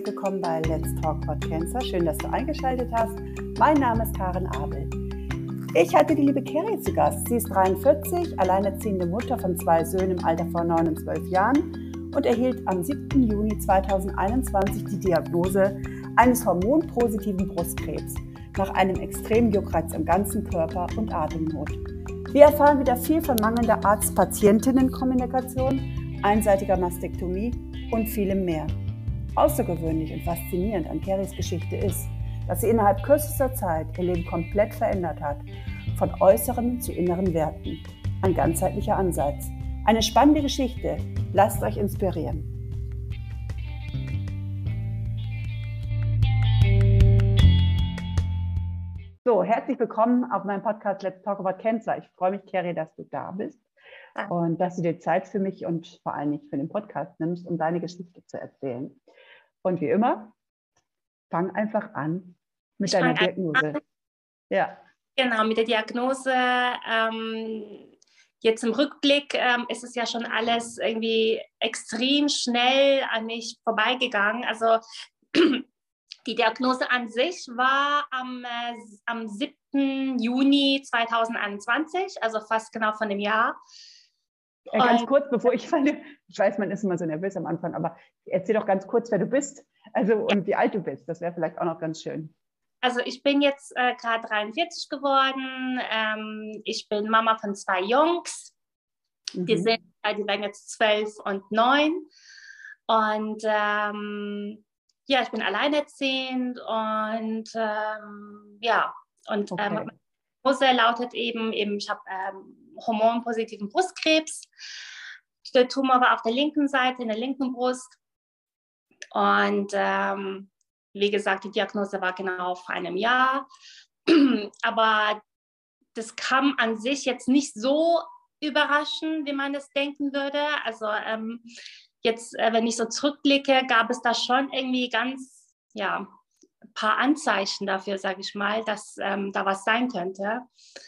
willkommen bei Let's Talk About Cancer. Schön, dass du eingeschaltet hast. Mein Name ist Karin Abel. Ich hatte die liebe Kerry zu Gast. Sie ist 43, alleinerziehende Mutter von 2 Söhnen im Alter von 9 und 12 Jahren und erhielt am 7. Juni 2021 die Diagnose eines hormonpositiven Brustkrebs nach einem extremen Juckreiz am ganzen Körper und Atemnot. Wir erfahren wieder viel von mangelnder Arzt-Patientinnen-Kommunikation, einseitiger Mastektomie und vielem mehr. Außergewöhnlich und faszinierend an Kerrys Geschichte ist, dass sie innerhalb kürzester Zeit ihr Leben komplett verändert hat, von äußeren zu inneren Werten. Ein ganzheitlicher Ansatz. Eine spannende Geschichte. Lasst euch inspirieren. So, herzlich willkommen auf meinem Podcast Let's Talk About Cancer. Ich freue mich, Kerry, dass du da bist und dass du dir Zeit für mich und vor allem für den Podcast nimmst, um deine Geschichte zu erzählen. Und wie immer, fang einfach an mit deiner Diagnose. Ja. Genau, mit der Diagnose. Jetzt im Rückblick ist es ja schon alles irgendwie extrem schnell an mich vorbeigegangen. Also die Diagnose an sich war am 7. Juni 2021, also fast genau von einem Jahr. Ganz kurz, bevor ich falle, ich weiß, man ist immer so nervös am Anfang, aber erzähl doch ganz kurz, wer du bist, und wie alt du bist. Das wäre vielleicht auch noch ganz schön. Also ich bin jetzt gerade 43 geworden. Ich bin Mama von 2 Jungs. Die werden jetzt 12 und 9. Und ja, ich bin alleinerziehend und meine Diagnose lautet eben ich habe hormonpositiven Brustkrebs. Der Tumor war auf der linken Seite, in der linken Brust. Und wie gesagt, die Diagnose war genau vor einem Jahr. Aber das kam an sich jetzt nicht so überraschend, wie man das denken würde. Also jetzt, wenn ich so zurückblicke, gab es da schon irgendwie ein paar Anzeichen dafür, sage ich mal, dass da was sein könnte.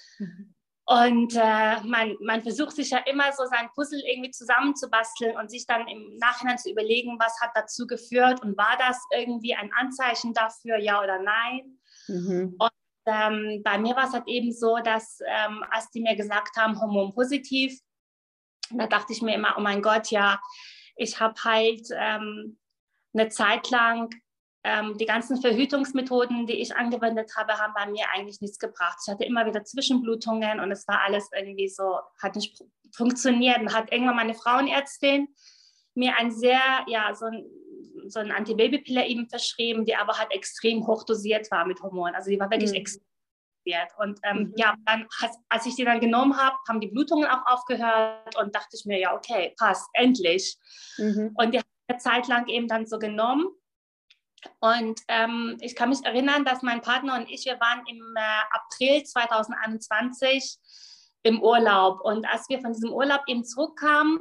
Und man versucht sich ja immer so sein Puzzle irgendwie zusammenzubasteln und sich dann im Nachhinein zu überlegen, was hat dazu geführt und war das irgendwie ein Anzeichen dafür, ja oder nein. Und bei mir war es halt eben so, dass als die mir gesagt haben, hormonpositiv, da dachte ich mir immer, oh mein Gott, ja, ich habe halt eine Zeit lang die ganzen Verhütungsmethoden, die ich angewendet habe, haben bei mir eigentlich nichts gebracht. Ich hatte immer wieder Zwischenblutungen und es war alles irgendwie so, hat nicht funktioniert. Und hat irgendwann meine Frauenärztin mir so ein Antibabypille eben verschrieben, die aber halt extrem hoch dosiert war mit Hormonen. Also die war wirklich extrem dosiert. Und dann, als ich die dann genommen habe, haben die Blutungen auch aufgehört und dachte ich mir, ja, okay, passt, endlich. Und die habe ich eine Zeit lang eben dann so genommen. Und ich kann mich erinnern, dass mein Partner und ich, wir waren im April 2021 im Urlaub. Und als wir von diesem Urlaub eben zurückkamen,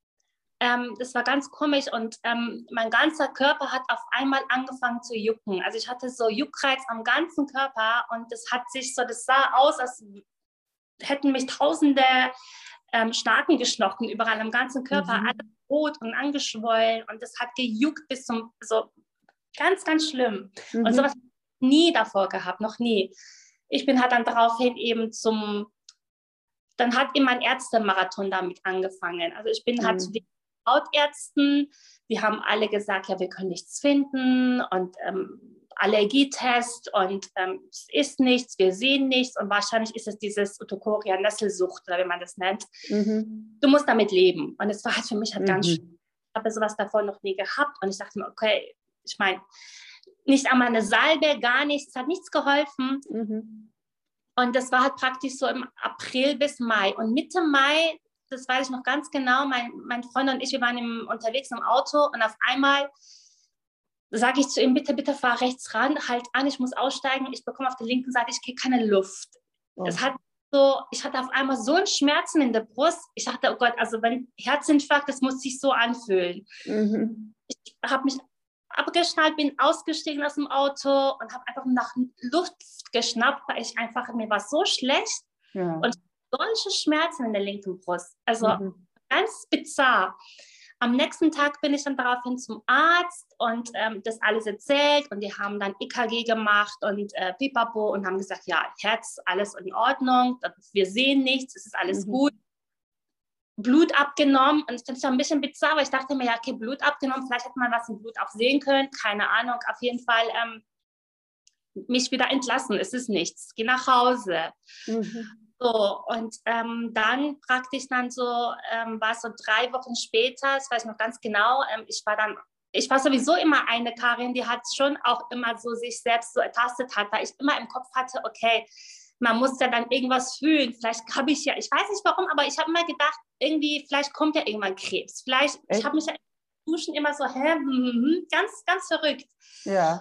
das war ganz komisch und mein ganzer Körper hat auf einmal angefangen zu jucken. Also ich hatte so Juckreiz am ganzen Körper und das sah aus, als hätten mich tausende Schnaken gestochen, überall am ganzen Körper, alles rot und angeschwollen und das hat gejuckt bis zum so ganz, ganz schlimm. Und sowas nie davor gehabt, noch nie. Ich bin halt dann daraufhin eben dann hat eben mein Ärztemarathon damit angefangen. Also ich bin halt zu den Hautärzten, die haben alle gesagt, ja, wir können nichts finden und Allergietest und es ist nichts, wir sehen nichts und wahrscheinlich ist es dieses Urtikoria Nesselsucht oder wie man das nennt. Du musst damit leben. Und es war halt für mich halt ganz schlimm. Ich habe sowas davor noch nie gehabt und ich dachte mir, okay, ich meine, nicht einmal eine Salbe, gar nichts, es hat nichts geholfen. Und das war halt praktisch so im April bis Mai. Und Mitte Mai, das weiß ich noch ganz genau, mein Freund und ich, wir waren unterwegs im Auto und auf einmal sage ich zu ihm, bitte, bitte fahr rechts ran, halt an, ich muss aussteigen, ich bekomme auf der linken Seite, ich kriege keine Luft. Ich hatte auf einmal so einen Schmerzen in der Brust, ich dachte, oh Gott, also wenn Herzinfarkt, das muss sich so anfühlen. Ich habe mich abgeschnallt, bin ausgestiegen aus dem Auto und habe einfach nach Luft geschnappt, weil mir war so schlecht und solche Schmerzen in der linken Brust, also ganz bizarr. am nächsten Tag bin ich dann daraufhin zum Arzt und das alles erzählt und die haben dann EKG gemacht und Pipapo und haben gesagt, ja, Herz, alles in Ordnung, wir sehen nichts, es ist alles gut. Blut abgenommen und das finde ich ein bisschen bizarr, weil ich dachte mir, ja, okay, Blut abgenommen, vielleicht hätte man was im Blut auch sehen können, keine Ahnung, auf jeden Fall mich wieder entlassen, es ist nichts, geh nach Hause. So, und dann praktisch dann so, war es so 3 Wochen später, das weiß ich noch ganz genau, ich war sowieso immer eine Karin, die hat schon auch immer so sich selbst so ertastet hat, weil ich immer im Kopf hatte, okay, man muss ja dann irgendwas fühlen, vielleicht habe ich ja, ich weiß nicht warum, aber ich habe immer gedacht, irgendwie, vielleicht kommt ja irgendwann Krebs, vielleicht, ich habe mich ja im Duschen immer so, ganz, ganz verrückt. Ja.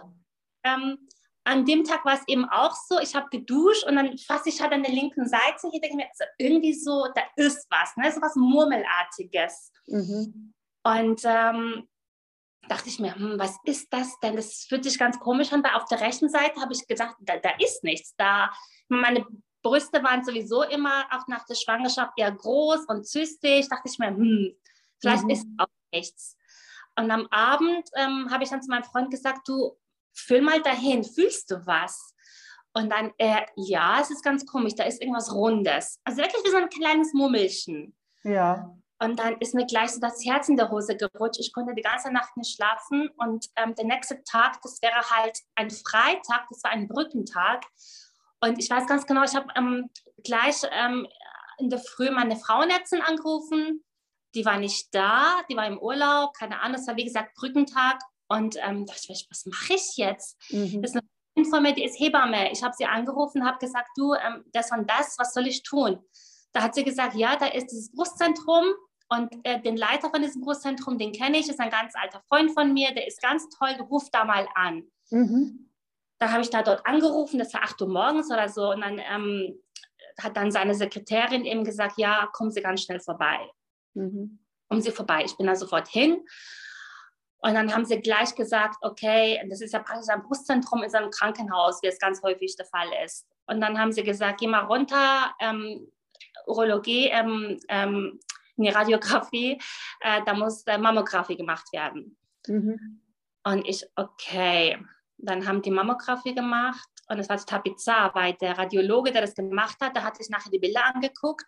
An dem Tag war es eben auch so, ich habe geduscht und dann fasse ich halt an der linken Seite, hier denke ich mir, also irgendwie so, da ist was, ne? So was Murmelartiges. Und dachte ich mir, was ist das denn? Das fühlt sich ganz komisch an, weil auf der rechten Seite habe ich gedacht, da ist nichts. Meine Brüste waren sowieso immer, auch nach der Schwangerschaft, eher groß und zystig. Dachte ich mir, vielleicht ist auch nichts. Und am Abend habe ich dann zu meinem Freund gesagt, du, fühl mal dahin, fühlst du was? Und dann, ja, es ist ganz komisch, da ist irgendwas Rundes. Also wirklich wie so ein kleines Mummelchen. Ja. Und dann ist mir gleich so das Herz in der Hose gerutscht. Ich konnte die ganze Nacht nicht schlafen. Und der nächste Tag, das wäre halt ein Freitag, das war ein Brückentag. Und ich weiß ganz genau, ich habe gleich in der Früh meine Frauenärztin angerufen. Die war nicht da, die war im Urlaub, keine Ahnung. Es war wie gesagt Brückentag. Und dachte ich, was mache ich jetzt? Das ist eine Freundin von mir, die ist Hebamme. Ich habe sie angerufen, habe gesagt, du, das und das, was soll ich tun? Da hat sie gesagt, ja, da ist dieses Brustzentrum und den Leiter von diesem Brustzentrum, den kenne ich, ist ein ganz alter Freund von mir, der ist ganz toll, ruf da mal an. Da habe ich da dort angerufen, das war 8 Uhr morgens oder so und dann hat dann seine Sekretärin eben gesagt, ja, kommen Sie ganz schnell vorbei. Kommen Sie vorbei. Ich bin da sofort hin. Und dann haben sie gleich gesagt, okay, das ist ja praktisch ein Brustzentrum in so einem Krankenhaus, wie es ganz häufig der Fall ist. Und dann haben sie gesagt, geh mal runter, Urologie, eine Radiografie, da muss Mammographie gemacht werden. Und ich, okay, dann haben die Mammographie gemacht und es war total bizarr, weil der Radiologe, der das gemacht hat, der hat sich nachher die Bilder angeguckt.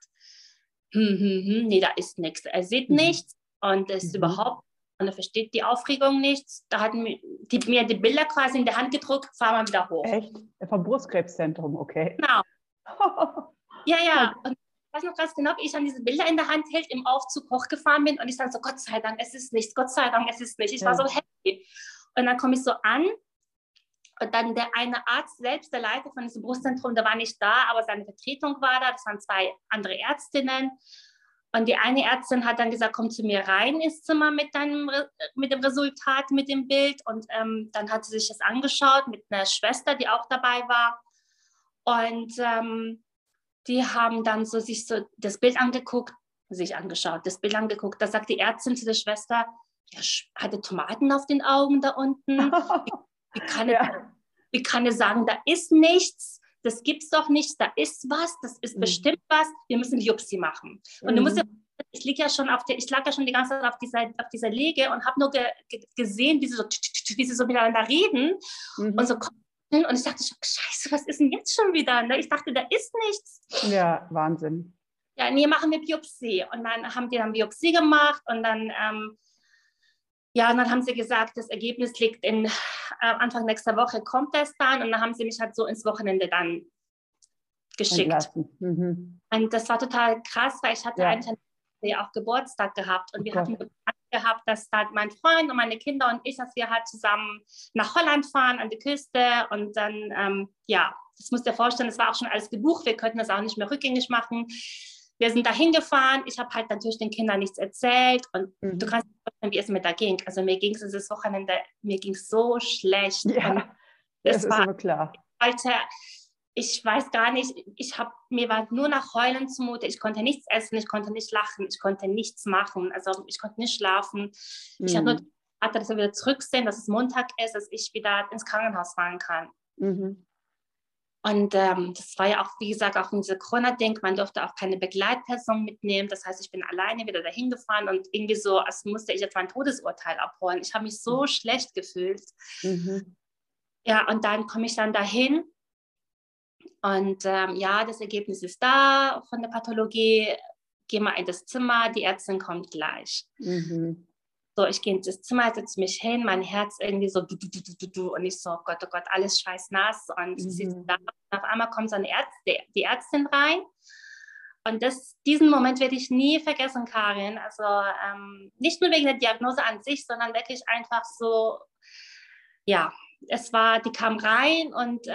Nee, da ist nichts. Er sieht nichts und es ist überhaupt, und er versteht die Aufregung nicht. Da hat mir die Bilder quasi in der Hand gedruckt, fahren wir wieder hoch. Echt? Vom Brustkrebszentrum, okay. Genau. Ja. Und ich weiß noch ganz genau, wie ich dann diese Bilder in der Hand hält, im Aufzug hochgefahren bin und ich dann so, Gott sei Dank, es ist nichts, Gott sei Dank, es ist nichts. Ich war so happy. Und dann komme ich so an und dann der eine Arzt selbst, der Leiter von diesem Brustzentrum, der war nicht da, aber seine Vertretung war da. Das waren 2 andere Ärztinnen. Und die eine Ärztin hat dann gesagt, komm zu mir rein ins Zimmer mit dem Resultat, mit dem Bild. Und dann hat sie sich das angeschaut mit einer Schwester, die auch dabei war. Und die haben dann sich so das Bild angeschaut. Das Bild angeguckt. Da sagt die Ärztin zu der Schwester, ja, hatte Tomaten auf den Augen da unten. Wie kann er sagen, da ist nichts? Das gibt's doch nicht, da ist was, das ist bestimmt was, wir müssen Biopsie machen. Und du musst ja, ich lag ja schon die ganze Zeit auf dieser Liege und habe nur gesehen, wie sie so miteinander reden und so und ich dachte schon, scheiße, was ist denn jetzt schon wieder? Ich dachte, da ist nichts. Ja, Wahnsinn. Ja, nee, machen wir Biopsie. Und dann haben die dann Biopsie gemacht und dann und dann haben sie gesagt, das Ergebnis liegt Anfang nächster Woche, kommt das dann. Und dann haben sie mich halt so ins Wochenende dann geschickt. Und das war total krass, weil ich hatte eigentlich auch Geburtstag gehabt. Und wir hatten gehabt, dass da mein Freund und meine Kinder und ich, dass wir halt zusammen nach Holland fahren, an die Küste. Und dann, das musst du dir vorstellen, das war auch schon alles gebucht. Wir könnten das auch nicht mehr rückgängig machen. Wir sind da hingefahren, ich habe halt natürlich den Kindern nichts erzählt und du kannst dir vorstellen, wie es mir da ging. Also mir ging es dieses Wochenende, mir ging es so schlecht. Ja, und das ist aber klar. Ich weiß gar nicht, mir war nur nach Heulen zumute, ich konnte nichts essen, ich konnte nicht lachen, ich konnte nichts machen, also ich konnte nicht schlafen. Ich habe nur gewartet, dass wir wieder zurück sind, dass es Montag ist, dass ich wieder ins Krankenhaus fahren kann. Und das war ja auch, wie gesagt, auch ein diese Corona-Ding. Man durfte auch keine Begleitperson mitnehmen. Das heißt, ich bin alleine wieder dahin gefahren und irgendwie so, als musste ich jetzt mein Todesurteil abholen. Ich habe mich so schlecht gefühlt. Mhm. Ja, und dann komme ich dann dahin und ja, das Ergebnis ist da von der Pathologie. Geh mal in das Zimmer, die Ärztin kommt gleich. Mhm. So, ich gehe ins Zimmer, setze mich hin, mein Herz irgendwie so du, und ich so, oh Gott, alles schweißnass und sie ist da. Und auf einmal kommt so die Ärztin rein und diesen Moment werde ich nie vergessen, Karin. Also nicht nur wegen der Diagnose an sich, sondern wirklich einfach so, ja, die kam rein und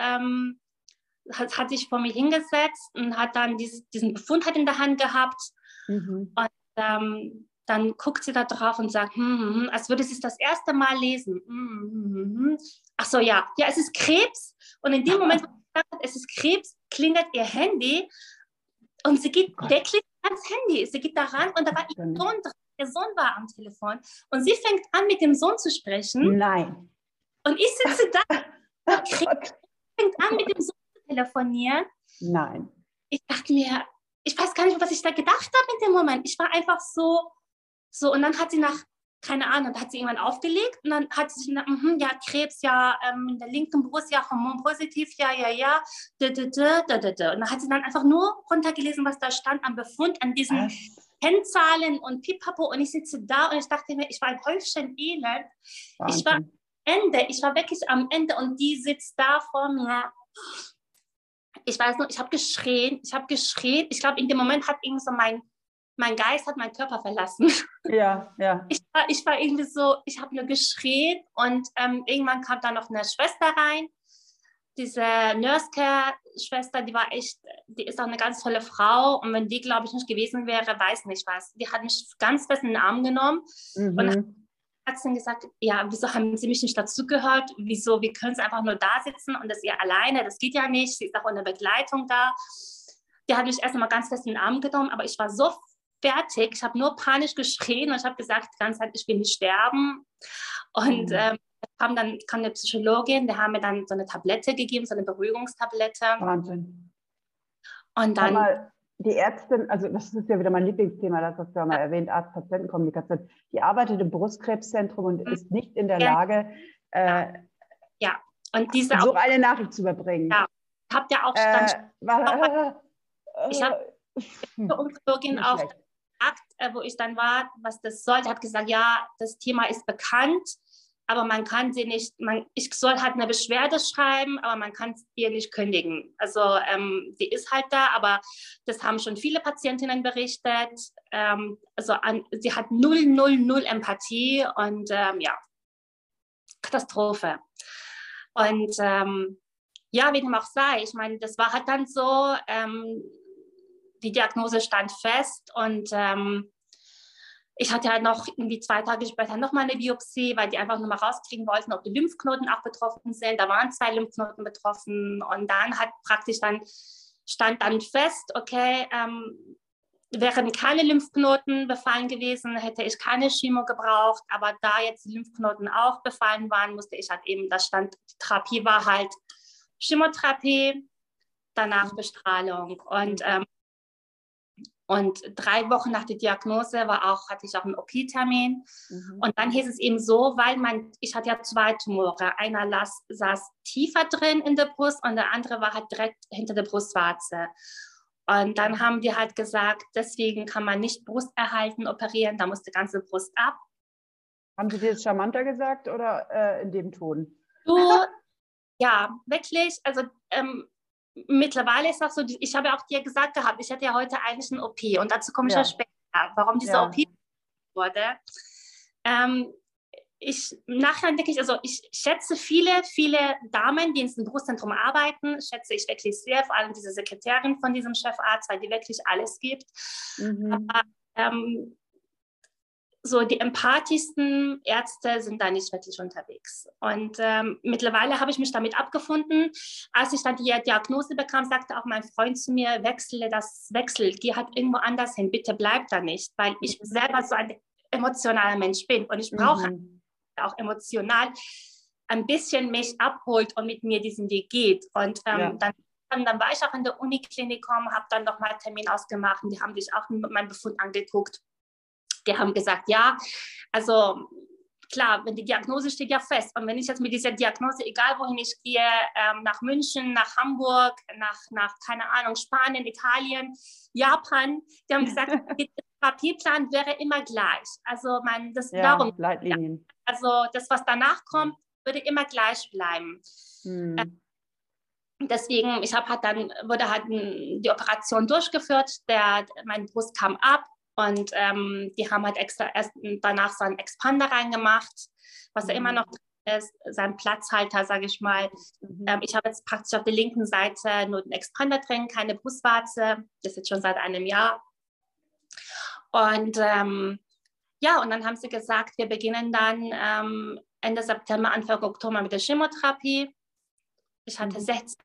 hat sich vor mir hingesetzt und hat dann diesen Befund halt in der Hand gehabt. Mhm. Und dann guckt sie da drauf und sagt, als würde sie es das erste Mal lesen. Ach so, ja, es ist Krebs. Und in dem Moment, wo sie gesagt hat, es ist Krebs, klingelt ihr Handy und sie geht wirklich ans Handy. Sie geht da ran und da war ihr Sohn dran. Ihr Sohn war am Telefon und sie fängt an, mit dem Sohn zu sprechen. Nein. Und ich sitze da, Krebs, fängt an, mit dem Sohn zu telefonieren. Nein. Ich dachte mir, ich weiß gar nicht, was ich da gedacht habe in dem Moment. Ich war einfach so, und dann hat sie keine Ahnung, da hat sie irgendwann aufgelegt und dann hat sie gesagt, ja, Krebs, ja, in der linken Brust, ja, hormonpositiv, ja. Und dann hat sie dann einfach nur runtergelesen, was da stand am Befund, an diesen Kennzahlen und Pipapo und ich sitze da und ich dachte mir, ich war ein Häufchen Elend. Ich war am Ende, ich war wirklich am Ende und die sitzt da vor mir. Ich weiß nur, ich habe geschrien. Ich glaube, in dem Moment hat irgendwie so mein Geist hat meinen Körper verlassen. Ja. Ich war irgendwie so, ich habe nur geschrien und irgendwann kam da noch eine Schwester rein. Diese Nurse Care-Schwester, die ist auch eine ganz tolle Frau und wenn die, glaube ich, nicht gewesen wäre, weiß nicht was. Die hat mich ganz fest in den Arm genommen und hat dann gesagt, ja, wieso haben Sie mich nicht dazugehört? Wieso, wir können einfach nur da sitzen und das ihr alleine, das geht ja nicht, sie ist auch in der Begleitung da. Die hat mich erst einmal ganz fest in den Arm genommen, aber ich war so fertig, ich habe nur panisch geschrien und ich habe gesagt, die ganze Zeit, ich will nicht sterben. Und kam eine Psychologin, die haben mir dann so eine Tablette gegeben, so eine Beruhigungstablette. Wahnsinn. Und dann... Aber die Ärztin, also das ist ja wieder mein Lieblingsthema, das hast du ja mal erwähnt, Arzt-Patienten-Kommunikation, die arbeitet im Brustkrebszentrum und ist nicht in der Lage, und diese so eine Nachricht zu überbringen. Ja, habt ihr auch ich habe die Onkologin auch gefragt, wo ich dann war, was das soll. Die hat gesagt, ja, das Thema ist bekannt, aber man kann sie nicht, ich soll halt eine Beschwerde schreiben, aber man kann es ihr nicht kündigen. Also die ist halt da, aber das haben schon viele Patientinnen berichtet. Sie hat null Empathie und Katastrophe. Und wie dem auch sei, ich meine, das war halt dann so, die Diagnose stand fest und ich hatte halt noch irgendwie 2 Tage später nochmal eine Biopsie, weil die einfach nur mal rauskriegen wollten, ob die Lymphknoten auch betroffen sind. Da waren 2 Lymphknoten betroffen und dann stand dann fest, okay, wären keine Lymphknoten befallen gewesen, hätte ich keine Chemo gebraucht, aber da jetzt die Lymphknoten auch befallen waren, musste ich halt eben, die Therapie war halt Chemotherapie, danach Bestrahlung und 3 Wochen nach der Diagnose hatte ich auch einen OP-Termin. Und dann hieß es eben so, weil ich hatte ja 2 Tumore. Einer saß tiefer drin in der Brust und der andere war halt direkt hinter der Brustwarze. Und dann haben die halt gesagt, deswegen kann man nicht Brusterhalten operieren, da muss die ganze Brust ab. Haben Sie dir das charmanter gesagt oder in dem Ton? Ja, wirklich. Also mittlerweile ist auch so, ich habe ja auch dir gesagt gehabt, ich hätte ja heute eigentlich eine OP und dazu komme ich ja später, warum diese OP wurde. Nachher denke ich, also ich schätze viele Damen, die in diesem Brustzentrum arbeiten, schätze ich wirklich sehr, vor allem diese Sekretärin von diesem Chefarzt, weil die wirklich alles gibt. Aber so die empathischsten Ärzte sind da nicht wirklich unterwegs. Und mittlerweile habe ich mich damit abgefunden. Als ich dann die Diagnose bekam, sagte auch mein Freund zu mir, geh halt irgendwo anders hin, bitte bleib da nicht, weil ich selber so ein emotionaler Mensch bin und ich brauche auch emotional ein bisschen mich abholt und mit mir diesen Weg geht. Und dann dann war ich auch in der Uniklinikum, habe dann nochmal einen Termin ausgemacht und die haben sich auch meinen Befund angeguckt. Die haben gesagt, ja, also klar, wenn die Diagnose steht ja fest. Und wenn ich jetzt mit dieser Diagnose, egal wohin ich gehe, nach München, nach Hamburg, nach, keine Ahnung, Spanien, Italien, Japan, die haben gesagt, der Therapieplan wäre immer gleich. Also darum, Leitlinien. also das, was danach kommt, würde immer gleich bleiben. Deswegen, wurde halt die Operation durchgeführt, meine Brust kam ab. Und die haben halt extra erst danach so einen Expander reingemacht, was ja immer noch drin ist, sein Platzhalter, sage ich mal. Ich habe jetzt praktisch auf der linken Seite nur den Expander drin, keine Brustwarze. Das ist jetzt schon seit einem Jahr. Und ja, und dann haben sie gesagt, wir beginnen dann Ende September, Anfang Oktober mit der Chemotherapie. Ich hatte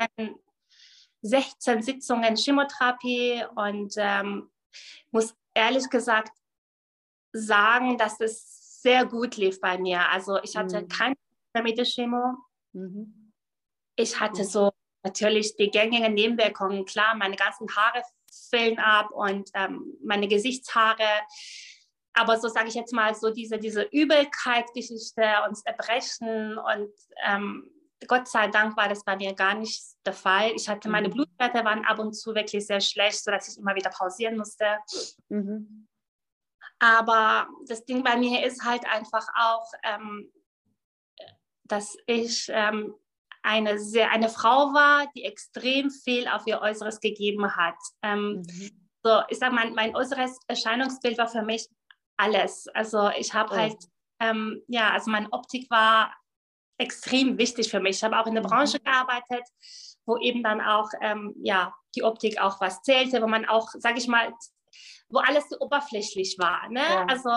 16 Sitzungen Chemotherapie und muss ehrlich gesagt sagen, dass es sehr gut lief bei mir. Also ich hatte keine Probleme mit der Chemo. Ich hatte so natürlich die gängigen Nebenwirkungen. Klar, meine ganzen Haare fielen ab und meine Gesichtshaare. Aber so sage ich jetzt mal, so diese Übelkeit-Geschichte und das Erbrechen und Gott sei Dank war das bei mir gar nicht der Fall. Ich hatte meine Blutwerte waren ab und zu wirklich sehr schlecht, sodass ich immer wieder pausieren musste. Aber das Ding bei mir ist halt einfach auch, dass ich eine Frau war, die extrem viel auf ihr Äußeres gegeben hat. So, ich sage mal, mein äußeres Erscheinungsbild war für mich alles. Also ich habe halt, also meine Optik war extrem wichtig für mich. Ich habe auch in der Branche gearbeitet, wo eben dann auch die Optik auch was zählte, wo man auch, sage ich mal, wo alles so oberflächlich war. Ne?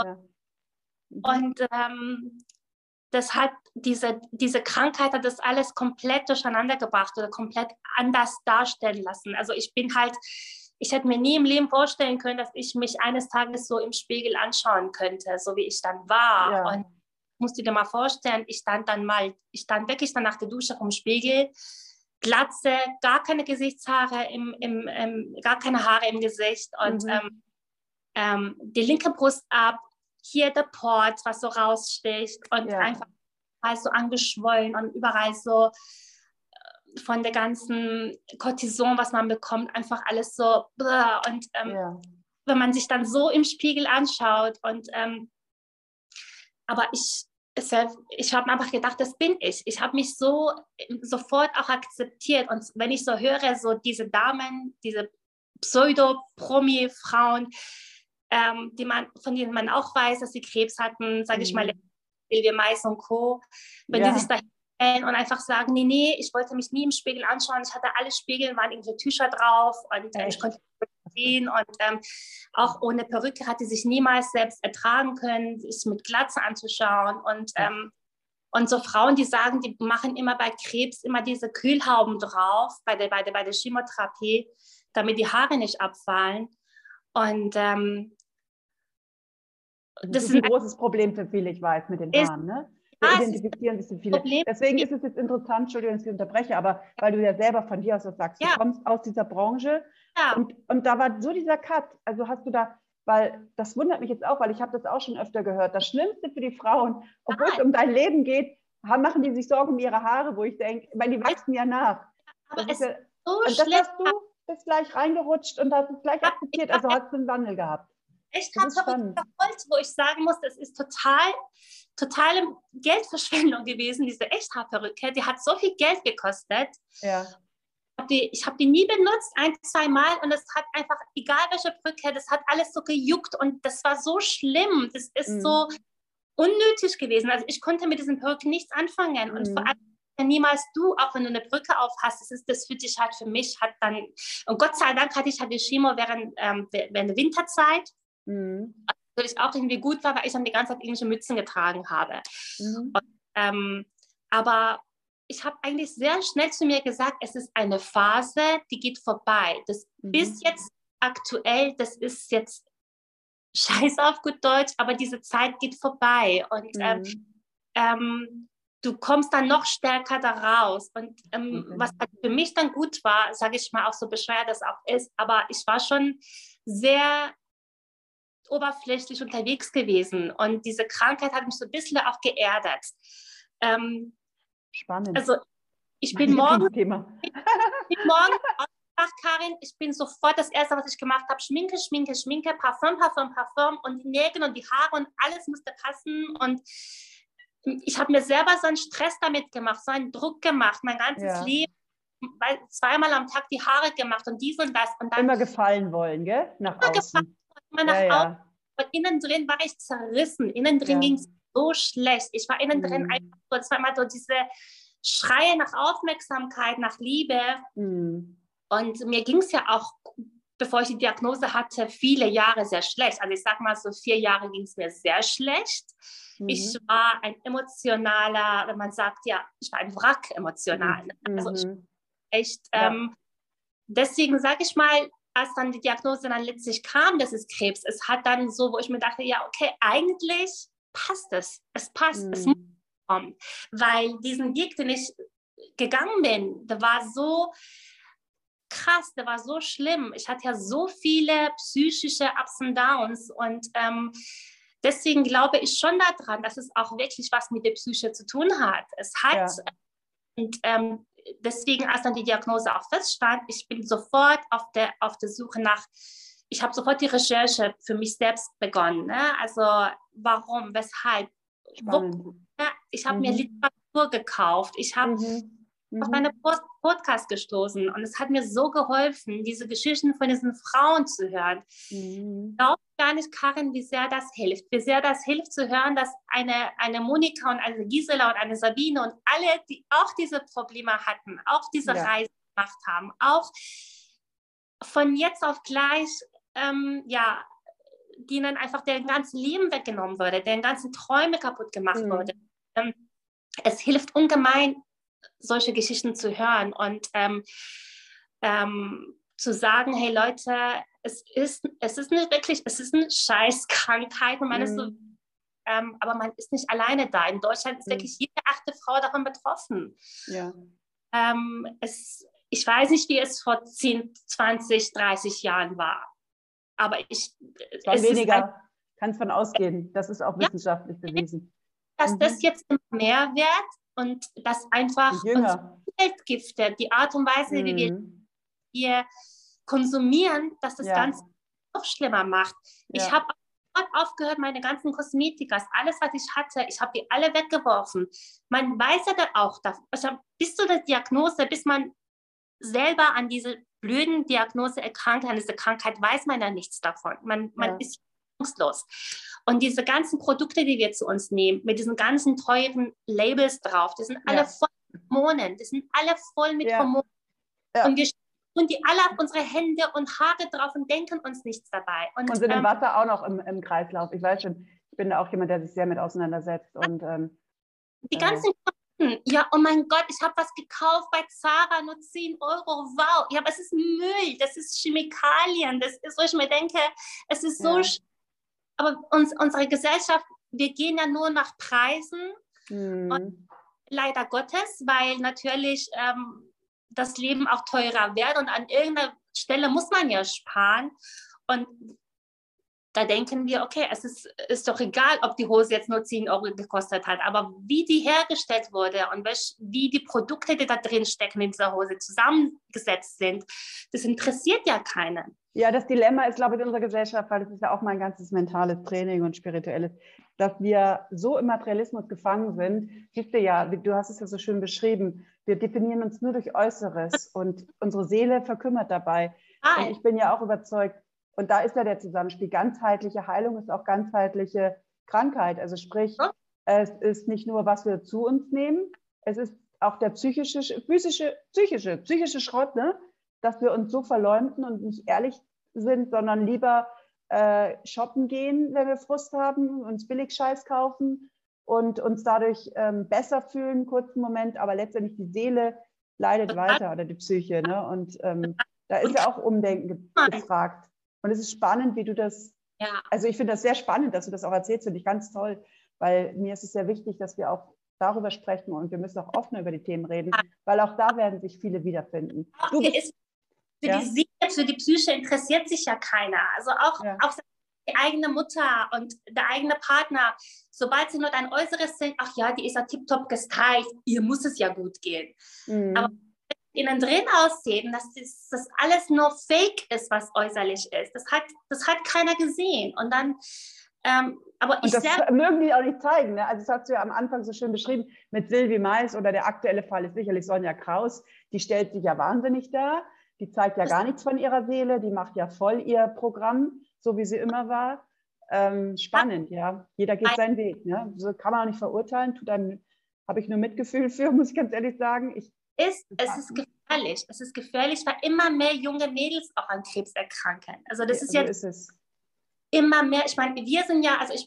Und deshalb diese Krankheit hat das alles komplett durcheinander gebracht oder komplett anders darstellen lassen. Also ich hätte mir nie im Leben vorstellen können, dass ich mich eines Tages so im Spiegel anschauen könnte, so wie ich dann war. Und musst du dir mal vorstellen, ich stand wirklich dann nach der Dusche vom Spiegel, Glatze, gar keine Gesichtshaare, gar keine Haare im Gesicht und die linke Brust ab, hier der Port, was so raussticht und einfach so angeschwollen und überall so von der ganzen Cortison, was man bekommt, einfach alles so und wenn man sich dann so im Spiegel anschaut und aber ich habe einfach gedacht, das bin ich. Ich habe mich so sofort auch akzeptiert. Und wenn ich so höre, so diese Damen, diese Pseudo-Promi-Frauen, von denen man auch weiß, dass sie Krebs hatten, sage ich mal, Silvia Mais und Co., wenn die sich da hinstellen und einfach sagen, nee, ich wollte mich nie im Spiegel anschauen. Ich hatte alle Spiegel, waren irgendwie Tücher drauf und ich konnte sehen und auch ohne Perücke hat sie sich niemals selbst ertragen können, sich mit Glatze anzuschauen und so Frauen, die sagen, die machen immer bei Krebs immer diese Kühlhauben drauf bei der Chemotherapie, damit die Haare nicht abfallen und das ist ein großes Problem für viele, ich weiß, mit den Haaren, ne? Wir identifizieren sich so viele. Deswegen ist es jetzt interessant, Entschuldigung, dass ich unterbreche, aber weil du ja selber von dir aus das sagst, du kommst aus dieser Branche und da war so dieser Cut, also hast du da, weil das wundert mich jetzt auch, weil ich habe das auch schon öfter gehört, das Schlimmste für die Frauen, obwohl es um dein Leben geht, machen die sich Sorgen um ihre Haare, wo ich denke, weil die wachsen ja nach. Aber das ist ja, so und das hast du, bist gleich reingerutscht und hast es gleich akzeptiert, also hast du einen Wandel gehabt. Echt Haarperücke, wo ich sagen muss, das ist totale Geldverschwendung gewesen, diese Echthaarperücke. Die hat so viel Geld gekostet. Ich habe die nie benutzt, 1-2 Mal und es hat einfach, egal welche Perücke, das hat alles so gejuckt und das war so schlimm. Das ist so unnötig gewesen. Also ich konnte mit diesen Perücken nichts anfangen und vor allem niemals du, auch wenn du eine Brücke auf hast, das für dich halt, für mich hat dann, und Gott sei Dank hatte ich halt die Chemo während der Winterzeit. Natürlich auch irgendwie gut war, weil ich dann die ganze Zeit irgendwelche Mützen getragen habe. Und, aber ich habe eigentlich sehr schnell zu mir gesagt, es ist eine Phase, die geht vorbei. Das bis jetzt aktuell, das ist jetzt scheiße auf gut Deutsch, aber diese Zeit geht vorbei. Und du kommst dann noch stärker da raus. Und was halt für mich dann gut war, sage ich mal, auch so bescheuert das auch ist, aber ich war schon sehr oberflächlich unterwegs gewesen. Und diese Krankheit hat mich so ein bisschen auch geerdet. Spannend. Also ich bin morgen aufgewacht, Karin, ich bin sofort das Erste, was ich gemacht habe, Schminke, Parfum und die Nägel und die Haare und alles musste passen. Und ich habe mir selber so einen Stress damit gemacht, so einen Druck gemacht, mein ganzes Leben, zweimal am Tag die Haare gemacht und dies und das. Und dann immer gefallen wollen, gell? Nach außen. Immer nach außen. Und innen drin war ich zerrissen. Innen drin ging es so schlecht. Ich war innen drin einfach so, es war immer so diese Schreie nach Aufmerksamkeit, nach Liebe. Und mir ging es ja auch, bevor ich die Diagnose hatte, viele Jahre sehr schlecht. Also ich sag mal, so 4 Jahre ging es mir sehr schlecht. Ich war ein emotionaler, wenn man sagt, ja, ich war ein Wrack emotional. Also ich echt, deswegen sage ich mal, als dann die Diagnose dann letztlich kam, das ist Krebs, es hat dann so, wo ich mir dachte, ja, okay, eigentlich passt es. Es passt, es muss kommen. Weil diesen Weg, den ich gegangen bin, der war so krass, der war so schlimm. Ich hatte ja so viele psychische Ups und Downs und deswegen glaube ich schon daran, dass es auch wirklich was mit der Psyche zu tun hat. Es hat, und deswegen, als dann die Diagnose auch feststand, ich bin sofort auf der Suche nach, ich habe sofort die Recherche für mich selbst begonnen. Ne? Also warum, weshalb, wo, ich habe mir Literatur gekauft, ich habe auf meine Podcast gestoßen und es hat mir so geholfen, diese Geschichten von diesen Frauen zu hören. Ich glaube gar nicht, Karin, wie sehr das hilft zu hören, dass eine Monika und eine Gisela und eine Sabine und alle, die auch diese Probleme hatten, auch diese Reise gemacht haben, auch von jetzt auf gleich, denen einfach deren ganzes Leben weggenommen wurde, deren ganzen Träume kaputt gemacht wurde. Es hilft ungemein, solche Geschichten zu hören und zu sagen, hey Leute, es ist nicht wirklich, es ist eine Scheißkrankheit und man ist so, aber man ist nicht alleine da. In Deutschland ist wirklich jede 8. Frau davon betroffen. Ich weiß nicht, wie es vor 10, 20, 30 Jahren war, aber es war weniger, kann es von ausgehen. Das ist auch wissenschaftlich bewiesen. Dass das jetzt immer mehr wird und dass einfach unsere Umweltgifte, die Art und Weise, wie wir konsumieren, dass das Ganze noch schlimmer macht. Ich habe aufgehört, meine ganzen Kosmetikas, alles, was ich hatte, ich habe die alle weggeworfen. Man weiß ja dann auch, also bis zu der Diagnose, bis man selber an diese blöden Diagnose erkrankt, an diese Krankheit, weiß man ja nichts davon. Man ist angstlos. Und diese ganzen Produkte, die wir zu uns nehmen, mit diesen ganzen teuren Labels drauf, die sind alle voll mit Hormonen, die sind alle voll mit Hormonen. Und wir tun die alle auf unsere Hände und Haare drauf und denken uns nichts dabei. Und sind im Wasser auch noch im Kreislauf. Ich weiß schon, ich bin da auch jemand, der sich sehr mit auseinandersetzt. Und, die ganzen ja, oh mein Gott, ich habe was gekauft bei Zara, nur 10 €, wow. Ja, aber es ist Müll, das ist Chemikalien, das ist, wo ich mir denke, es ist so, aber unsere Gesellschaft, wir gehen ja nur nach Preisen, und leider Gottes, weil natürlich das Leben auch teurer wird und an irgendeiner Stelle muss man ja sparen und da denken wir, okay, es ist doch egal, ob die Hose jetzt nur 10 € gekostet hat, aber wie die hergestellt wurde und wie die Produkte, die da drin stecken in dieser Hose, zusammengesetzt sind, das interessiert ja keinen. Ja, das Dilemma ist, glaube ich, in unserer Gesellschaft, weil das ist ja auch mein ganzes mentales Training und spirituelles, dass wir so im Materialismus gefangen sind. Siehst du ja, du hast es ja so schön beschrieben, wir definieren uns nur durch Äußeres und unsere Seele verkümmert dabei. Und ich bin ja auch überzeugt, und da ist ja der Zusammenspiel. Ganzheitliche Heilung ist auch ganzheitliche Krankheit. Also sprich, es ist nicht nur, was wir zu uns nehmen, es ist auch der psychische Schrott, ne? Dass wir uns so verleumden und nicht ehrlich sind, sondern lieber shoppen gehen, wenn wir Frust haben, uns Billigscheiß kaufen und uns dadurch besser fühlen, einen kurzen Moment, aber letztendlich die Seele leidet weiter oder die Psyche. Ne? Und da ist ja auch Umdenken gefragt. Und es ist spannend, wie du das, also ich finde das sehr spannend, dass du das auch erzählst, finde ich ganz toll, weil mir ist es sehr wichtig, dass wir auch darüber sprechen und wir müssen auch offener über die Themen reden, weil auch da werden sich viele wiederfinden. Für die Seele, für die Psyche interessiert sich ja keiner. Also auch die eigene Mutter und der eigene Partner, sobald sie nur dein Äußeres sind, ach ja, die ist ja tiptop gestylt, ihr muss es ja gut gehen. Aber innen drin aussieht, dass das alles nur Fake ist, was äußerlich ist. Das hat keiner gesehen. Und dann, aber und das mögen die auch nicht zeigen. Ne? Also das hast du ja am Anfang so schön beschrieben mit Sylvie Mais oder der aktuelle Fall ist sicherlich Sonja Kraus. Die stellt sich ja wahnsinnig dar. Die zeigt ja gar nichts von ihrer Seele. Die macht ja voll ihr Programm, so wie sie immer war. Spannend, ja. Jeder geht seinen Weg. Ne? So kann man auch nicht verurteilen. Habe ich nur Mitgefühl für, muss ich ganz ehrlich sagen. Es ist gefährlich. Es ist gefährlich, weil immer mehr junge Mädels auch an Krebs erkranken. Also das ist jetzt immer mehr. Ich meine, wir sind ja, also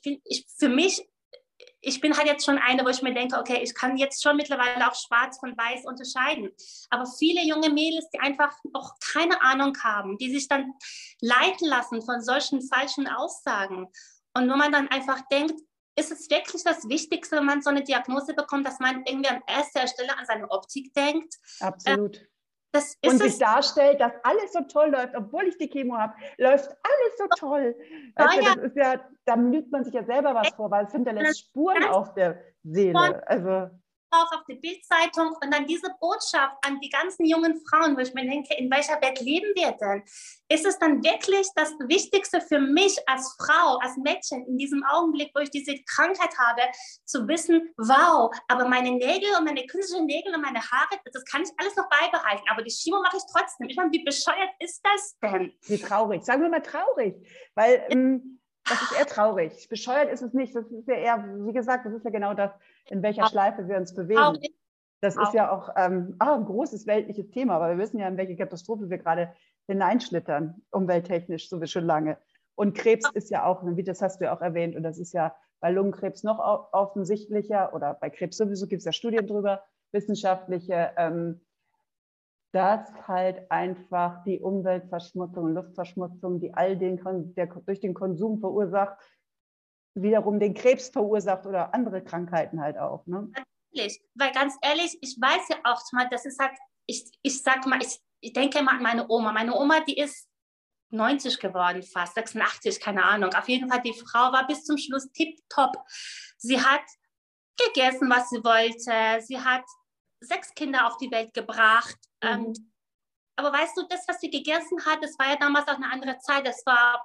ich bin halt jetzt schon eine, wo ich mir denke, okay, ich kann jetzt schon mittlerweile auch schwarz von weiß unterscheiden. Aber viele junge Mädels, die einfach auch keine Ahnung haben, die sich dann leiten lassen von solchen falschen Aussagen. Und wo man dann einfach denkt, ist es wirklich das Wichtigste, wenn man so eine Diagnose bekommt, dass man irgendwie an erster Stelle an seine Optik denkt? Absolut. Und sich darstellt, dass alles so toll läuft, obwohl ich die Chemo habe, läuft alles so toll. Das ist ja, da lügt man sich ja selber was vor, weil es hinterlässt Spuren auf der Seele. Also auf die Bild-Zeitung und dann diese Botschaft an die ganzen jungen Frauen, wo ich mir denke, in welcher Welt leben wir denn? Ist es dann wirklich das Wichtigste für mich als Frau, als Mädchen in diesem Augenblick, wo ich diese Krankheit habe, zu wissen, wow, aber meine Nägel und meine künstlichen Nägel und meine Haare, das kann ich alles noch beibehalten, aber die Chemo mache ich trotzdem. Ich meine, wie bescheuert ist das denn? Wie traurig, sagen wir mal traurig, weil das ist eher traurig. Bescheuert ist es nicht, das ist ja eher, wie gesagt, das ist ja genau das, in welcher Schleife wir uns bewegen. Das ist ja auch ein großes weltliches Thema, aber wir wissen ja, in welche Katastrophe wir gerade hineinschlittern, umwelttechnisch so wie schon lange. Und Krebs ist ja auch, wie das hast du ja auch erwähnt, und das ist ja bei Lungenkrebs noch offensichtlicher oder bei Krebs sowieso gibt es ja Studien drüber, wissenschaftliche, dass halt einfach die Umweltverschmutzung und Luftverschmutzung, die durch den Konsum verursacht, wiederum den Krebs verursacht oder andere Krankheiten halt auch. Ne? Natürlich, weil ganz ehrlich, ich weiß ja auch mal, das ist halt, ich sag mal, ich denke immer an meine Oma. Meine Oma, die ist 90 geworden, fast 86, keine Ahnung. Auf jeden Fall, die Frau war bis zum Schluss tipptopp. Sie hat gegessen, was sie wollte. Sie hat 6 Kinder auf die Welt gebracht. Aber weißt du, das, was sie gegessen hat, das war ja damals auch eine andere Zeit. Das war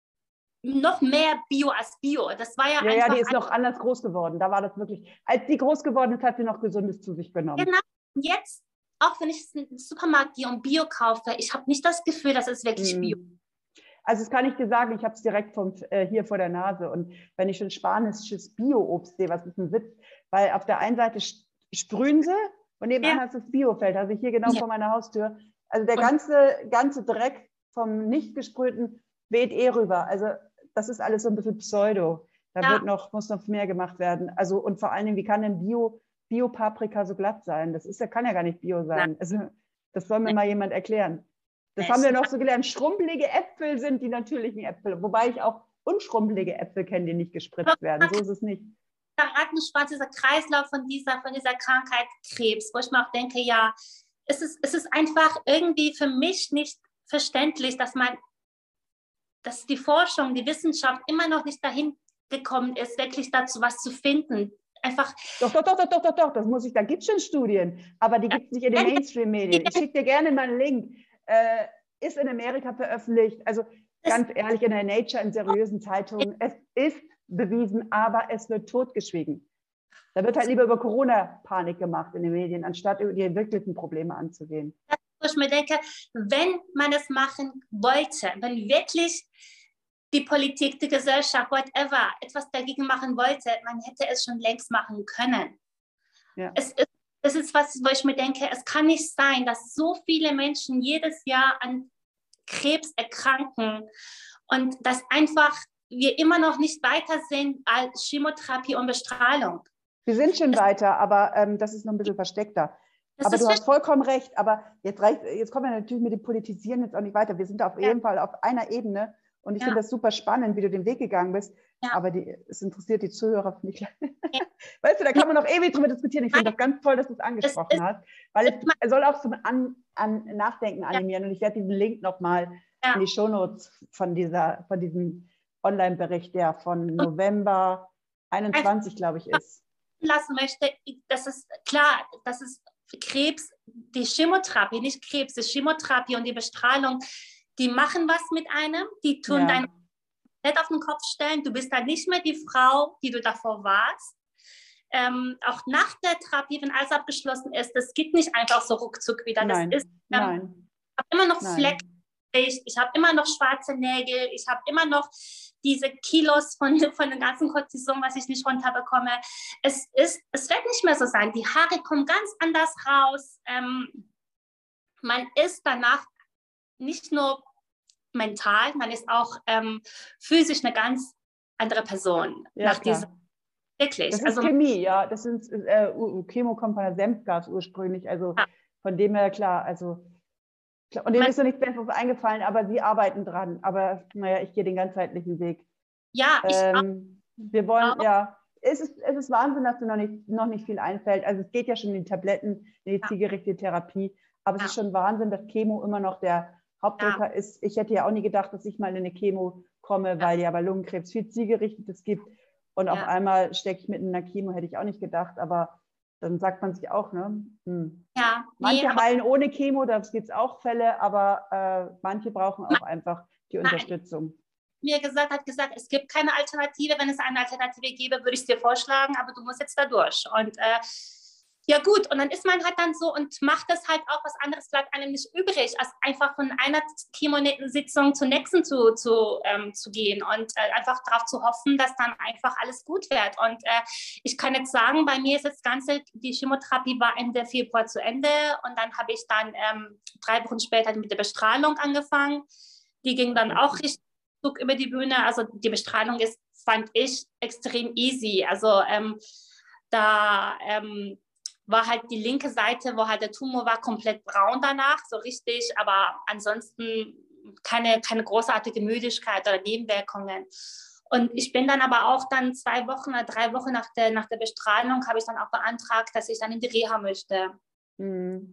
noch mehr Bio als Bio. Das war ja einfach... Ja, die ist noch anders groß geworden. Da war das wirklich... Als die groß geworden ist, hat sie noch Gesundes zu sich genommen. Genau. Jetzt, auch wenn ich im Supermarkt gehe und Bio kaufe, ich habe nicht das Gefühl, dass es wirklich Bio ist. Also das kann ich dir sagen, ich habe es direkt hier vor der Nase. Und wenn ich schon spanisches Bio-Obst sehe, was ist ein Witz? Weil auf der einen Seite sprühen sie und nebenan hast du das Biofeld, also hier genau vor meiner Haustür. Also der ganze Dreck vom nicht gesprühten weht rüber. Also das ist alles so ein bisschen Pseudo. Da muss noch mehr gemacht werden. Also und vor allen Dingen, wie kann denn Bio-Paprika so glatt sein? Kann ja gar nicht Bio sein. Also das soll mir mal jemand erklären. Das haben wir noch so gelernt. Schrumpelige Äpfel sind die natürlichen Äpfel. Wobei ich auch unschrumpelige Äpfel kenne, die nicht gespritzt werden. So ist es nicht. Der Rattenschwanz, dieser Kreislauf von dieser Krankheit Krebs, wo ich mir auch denke, ja, es ist einfach irgendwie für mich nicht verständlich, dass die Forschung, die Wissenschaft immer noch nicht dahin gekommen ist, wirklich dazu was zu finden. Einfach. Doch, da gibt es schon Studien, aber die gibt es nicht in den Mainstream-Medien. Ich schicke dir gerne mal einen Link. Ist in Amerika veröffentlicht, also ganz ehrlich, in der Nature, in seriösen Zeitungen. Es ist bewiesen, aber es wird totgeschwiegen. Da wird halt lieber über Corona-Panik gemacht in den Medien, anstatt über die wirklichen Probleme anzugehen. Wo ich mir denke, wenn man es machen wollte, wenn wirklich die Politik, die Gesellschaft, whatever, etwas dagegen machen wollte, man hätte es schon längst machen können. Ja. Es ist was, wo ich mir denke, es kann nicht sein, dass so viele Menschen jedes Jahr an Krebs erkranken und dass einfach wir immer noch nicht weiter sind als Chemotherapie und Bestrahlung. Wir sind schon weiter, aber das ist noch ein bisschen versteckter. Aber du hast vollkommen recht, aber jetzt kommen wir natürlich mit dem Politisieren jetzt auch nicht weiter. Wir sind auf jeden Fall auf einer Ebene Und ich finde das super spannend, wie du den Weg gegangen bist. Ja. Aber es interessiert die Zuhörer nicht. Weißt du, da kann man noch ewig drüber diskutieren. Ich finde das ganz toll, dass du es angesprochen hast, weil es soll auch zum Nachdenken animieren. Und ich werde diesen Link nochmal in die Shownotes von diesem Online-Bericht, der von November 21, glaube ich, ist. Lassen möchte, das ist klar, das ist Krebs, die Chemotherapie, nicht Krebs, die Chemotherapie und die Bestrahlung, die machen was mit einem, die tun dein Bett auf den Kopf stellen, du bist dann nicht mehr die Frau, die du davor warst. Auch nach der Therapie, wenn alles abgeschlossen ist, das geht nicht einfach so ruckzuck wieder. Das ist, ich habe immer noch Flecken, ich habe immer noch schwarze Nägel, ich habe immer noch diese Kilos von dem ganzen Cortison, was ich nicht runterbekomme. Es wird nicht mehr so sein. Die Haare kommen ganz anders raus. Man ist danach nicht nur mental, man ist auch physisch eine ganz andere Person. Ja, wirklich. Das ist Chemie, ja. Das sind Chemo kommt von der Senfgas ursprünglich. Also von dem her klar. Also und denen ist so nichts Besseres eingefallen, aber sie arbeiten dran. Aber naja, ich gehe den ganzheitlichen Weg. Ja, wir wollen, es ist Wahnsinn, dass dir noch nicht viel einfällt. Also es geht ja schon in die Tabletten, in die zielgerichtete Therapie. Aber es ist schon Wahnsinn, dass Chemo immer noch der Hauptdrücker ist. Ich hätte ja auch nie gedacht, dass ich mal in eine Chemo komme, weil ja bei Lungenkrebs viel zielgerichtetes gibt. Und auf einmal stecke ich mitten in einer Chemo, hätte ich auch nicht gedacht. Aber dann sagt man sich auch, ne? Manche heilen ohne Chemo, da gibt es auch Fälle, aber manche brauchen auch einfach die Unterstützung. Hat gesagt, es gibt keine Alternative. Wenn es eine Alternative gäbe, würde ich es dir vorschlagen, aber du musst jetzt da durch. Und ja gut, und dann ist man halt dann so und macht das halt auch, was anderes bleibt einem nicht übrig, als einfach von einer Chemo-Sitzung zur nächsten zu gehen und einfach darauf zu hoffen, dass dann einfach alles gut wird. Und ich kann jetzt sagen, bei mir ist das Ganze, die Chemotherapie war Ende Februar zu Ende und dann habe ich dann 3 Wochen später mit der Bestrahlung angefangen. Die ging dann auch richtig über die Bühne. Also die Bestrahlung ist, fand ich, extrem easy. Also da war halt die linke Seite, wo halt der Tumor war, komplett braun danach, so richtig, aber ansonsten keine großartige Müdigkeit oder Nebenwirkungen. Und ich bin dann aber auch dann 2 Wochen oder 3 Wochen nach der Bestrahlung, habe ich dann auch beantragt, dass ich dann in die Reha möchte. Und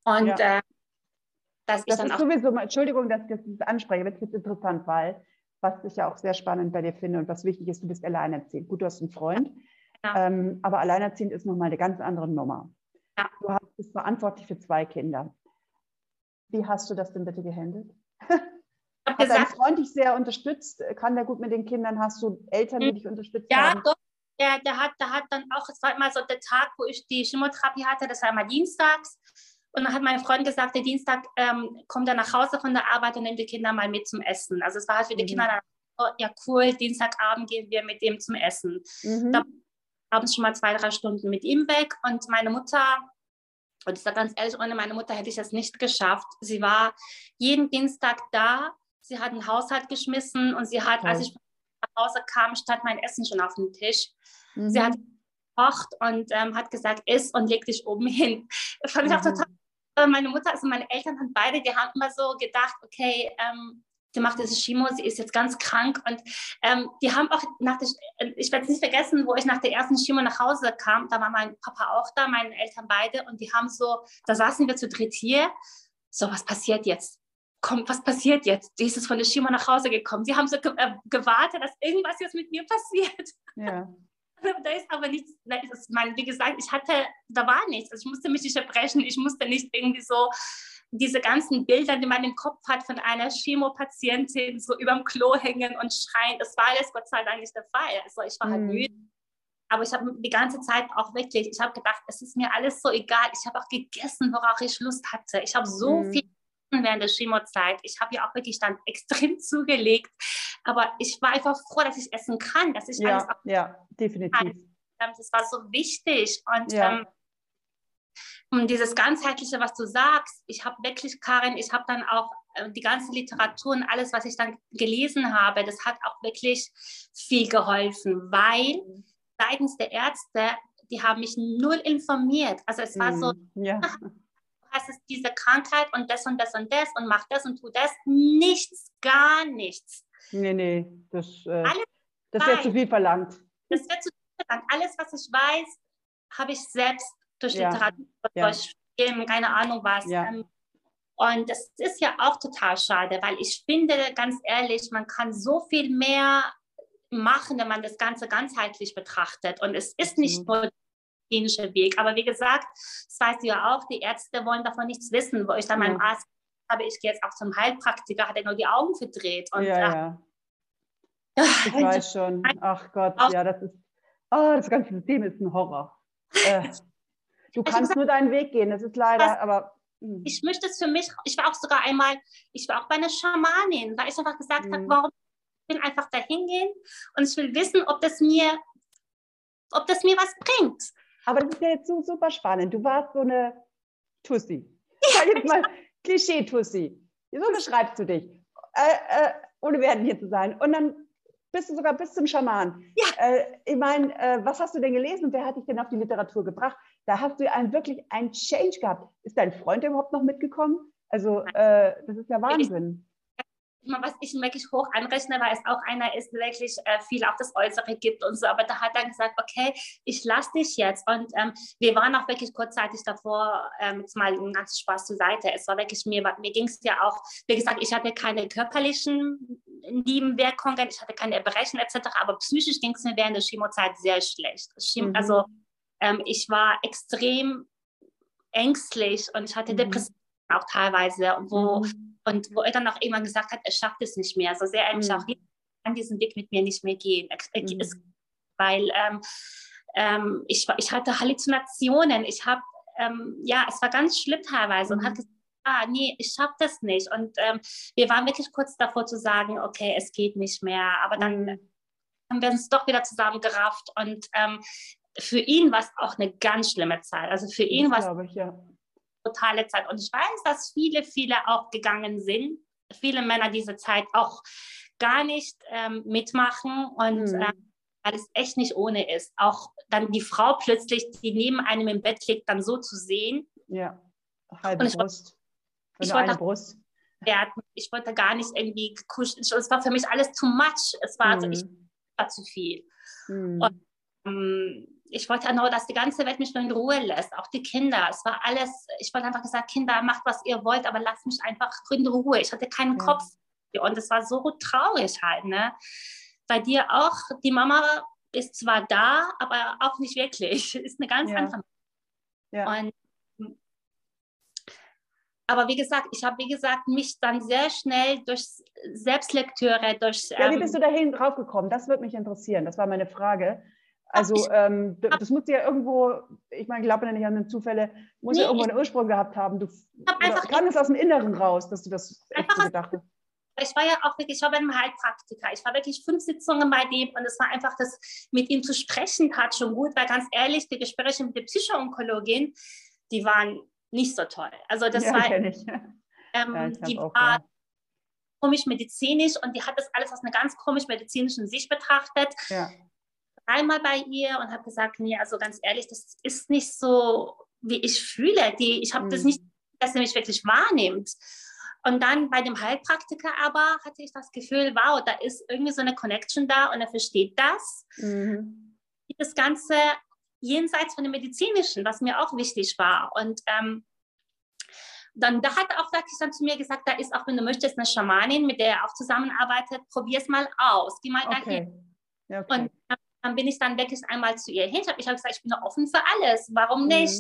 das ist sowieso, Entschuldigung, dass ich das anspreche, aber das ist interessant, weil was ich ja auch sehr spannend bei dir finde und was wichtig ist, du bist alleinerziehend. Gut, du hast einen Freund, aber alleinerziehend ist nochmal eine ganz andere Nummer. Ja. Du bist verantwortlich für 2 Kinder. Wie hast du das denn bitte gehandelt? Hat dein Freund dich sehr unterstützt? Kann der gut mit den Kindern? Hast du Eltern, die dich unterstützt haben? Ja, doch. Der hat dann auch, es war immer so der Tag, wo ich die Chemotherapie hatte, das war immer dienstags. Und dann hat mein Freund gesagt, der Dienstag kommt er nach Hause von der Arbeit und nimmt die Kinder mal mit zum Essen. Also es war halt für die Kinder dann, oh, ja cool, Dienstagabend gehen wir mit dem zum Essen. Da abends schon mal 2-3 Stunden mit ihm weg. Und meine Mutter, und ich sage ganz ehrlich, ohne meine Mutter hätte ich das nicht geschafft. Sie war jeden Dienstag da, sie hat den Haushalt geschmissen und sie hat, als ich nach Hause kam, stand mein Essen schon auf dem Tisch. Sie hat gekocht und hat gesagt, iss und leg dich oben hin. Das fand ich auch total. Meine Mutter, also meine Eltern haben beide, die haben immer so gedacht, okay, die macht diese Chemo, sie ist jetzt ganz krank und die haben auch ich werde es nicht vergessen, wo ich nach der ersten Chemo nach Hause kam, da war mein Papa auch da, meine Eltern beide und die haben so, da saßen wir zu dritt hier, so, was passiert jetzt? Komm, was passiert jetzt? Die ist jetzt von der Chemo nach Hause gekommen. Sie haben so gewartet, dass irgendwas jetzt mit mir passiert. Ja. Da ist aber nichts, wie gesagt, da war nichts. Also ich musste mich nicht erbrechen, ich musste nicht irgendwie so diese ganzen Bilder, die man im Kopf hat von einer Chemopatientin, so überm Klo hängen und schreien. Das war alles Gott sei Dank nicht der Fall. Also ich war halt müde. Aber ich habe die ganze Zeit auch wirklich, ich habe gedacht, es ist mir alles so egal. Ich habe auch gegessen, worauf ich Lust hatte. Ich habe so viel während der Chemozeit. Ich habe ja auch wirklich dann extrem zugelegt. Aber ich war einfach froh, dass ich essen kann, dass ich alles auch definitiv. Das war so wichtig. Und dieses Ganzheitliche, was du sagst, ich habe wirklich, Karin, ich habe dann auch die ganze Literatur und alles, was ich dann gelesen habe, das hat auch wirklich viel geholfen, weil seitens der Ärzte, die haben mich null informiert. Also es war so, du hast diese Krankheit und das und das und das und mach das und tu das. Nichts, gar nichts. Nee, Alles das wird zu viel verlangt. Das wird zu viel verlangt. Alles, was ich weiß, habe ich selbst durch Literatur, durch Film, keine Ahnung was. Ja. Und das ist ja auch total schade, weil ich finde, ganz ehrlich, man kann so viel mehr machen, wenn man das Ganze ganzheitlich betrachtet. Und es ist nicht nur der klinische Weg. Aber wie gesagt, das weißt du ja auch, die Ärzte wollen davon nichts wissen. Wo ich dann meinem Arzt habe, ich gehe jetzt auch zum Heilpraktiker, hat er nur die Augen verdreht. Und, ich weiß schon. Ach Gott, das ganze System ist ein Horror. Du kannst nur deinen Weg gehen, das ist leider, aber... Ich möchte es für mich, ich war auch bei einer Schamanin, weil ich einfach gesagt habe, warum ich will einfach da hingehen und ich will wissen, ob das mir was bringt. Aber das ist ja jetzt so super spannend. Du warst so eine Tussi. Ich sage jetzt mal Klischee-Tussi. So beschreibst du dich. Ohne werden hier zu sein. Und dann bist du sogar bis zum Schaman. Ja. Ich meine, was hast du denn gelesen und wer hat dich denn auf die Literatur gebracht? Da hast du wirklich einen Change gehabt. Ist dein Freund überhaupt noch mitgekommen? Also das ist ja Wahnsinn. Was ich wirklich hoch anrechne, weil es auch einer ist, der wirklich viel auf das Äußere gibt und so. Aber da hat er gesagt, okay, ich lasse dich jetzt. Und wir waren auch wirklich kurzzeitig davor, jetzt mal einen ganzen Spaß zur Seite. Es war wirklich, mir ging es ja auch, wie gesagt, ich hatte keine körperlichen Nebenwirkungen, ich hatte keine Erbrechen etc., aber psychisch ging es mir während der Chemozeit sehr schlecht. Also ich war extrem ängstlich und ich hatte Depressionen auch teilweise, wo er dann auch irgendwann gesagt hat, er schafft es nicht mehr. So sehr er mich auch an diesen Weg mit mir nicht mehr gehen. Weil ich hatte Halluzinationen. Es war ganz schlimm teilweise und hat gesagt, nee, ich schaffe das nicht. Und wir waren wirklich kurz davor zu sagen, okay, es geht nicht mehr. Aber dann haben wir uns doch wieder zusammengerafft und für ihn war es auch eine ganz schlimme Zeit. Also für ihn war es totale Zeit. Und ich weiß, dass viele auch gegangen sind. Viele Männer diese Zeit auch gar nicht mitmachen und weil es echt nicht ohne ist. Auch dann die Frau plötzlich, die neben einem im Bett liegt, dann so zu sehen. Ja, halbe Brust. Ich wollte gar nicht irgendwie kuscheln. Es war für mich alles too much. Es war zu viel. Und, ich wollte nur, dass die ganze Welt mich nur in Ruhe lässt, auch die Kinder. Es war alles, ich wollte einfach gesagt, Kinder, macht, was ihr wollt, aber lasst mich einfach in Ruhe. Ich hatte keinen Kopf. Und es war so traurig halt, ne? Bei dir auch, die Mama ist zwar da, aber auch nicht wirklich. Ist eine ganz andere. Ja. Aber wie gesagt, ich habe mich dann sehr schnell durch Selbstlektüre, wie bist du dahin drauf gekommen? Das würde mich interessieren. Das war meine Frage. Also das muss ja irgendwo, ich meine, ich glaube ja nicht an den Zufälle, muss ja irgendwo einen Ursprung gehabt haben. Kam es aus dem Inneren raus, dass du das echt so gedacht hast? Ich war ja auch wirklich, ich war bei einem Heilpraktiker. Ich war wirklich 5 Sitzungen bei dem und es war einfach, das mit ihm zu sprechen tat schon gut, weil ganz ehrlich, die Gespräche mit der Psychoonkologin, die waren nicht so toll. Also das war, die war komisch medizinisch und die hat das alles aus einer ganz komisch medizinischen Sicht betrachtet. Ja. Einmal bei ihr und habe gesagt, nee, also ganz ehrlich, das ist nicht so, wie ich fühle. Ich habe das nicht, dass sie mich wirklich wahrnimmt. Und dann bei dem Heilpraktiker aber hatte ich das Gefühl, wow, da ist irgendwie so eine Connection da und er versteht das. Das Ganze jenseits von dem Medizinischen, was mir auch wichtig war. Und da hat er auch wirklich dann zu mir gesagt, da ist auch, wenn du möchtest, eine Schamanin, mit der er auch zusammenarbeitet, probier es mal aus, geh mal dahin. Ja, okay. Und dann bin ich dann wirklich einmal zu ihr hin. Ich habe gesagt, ich bin offen für alles, warum nicht?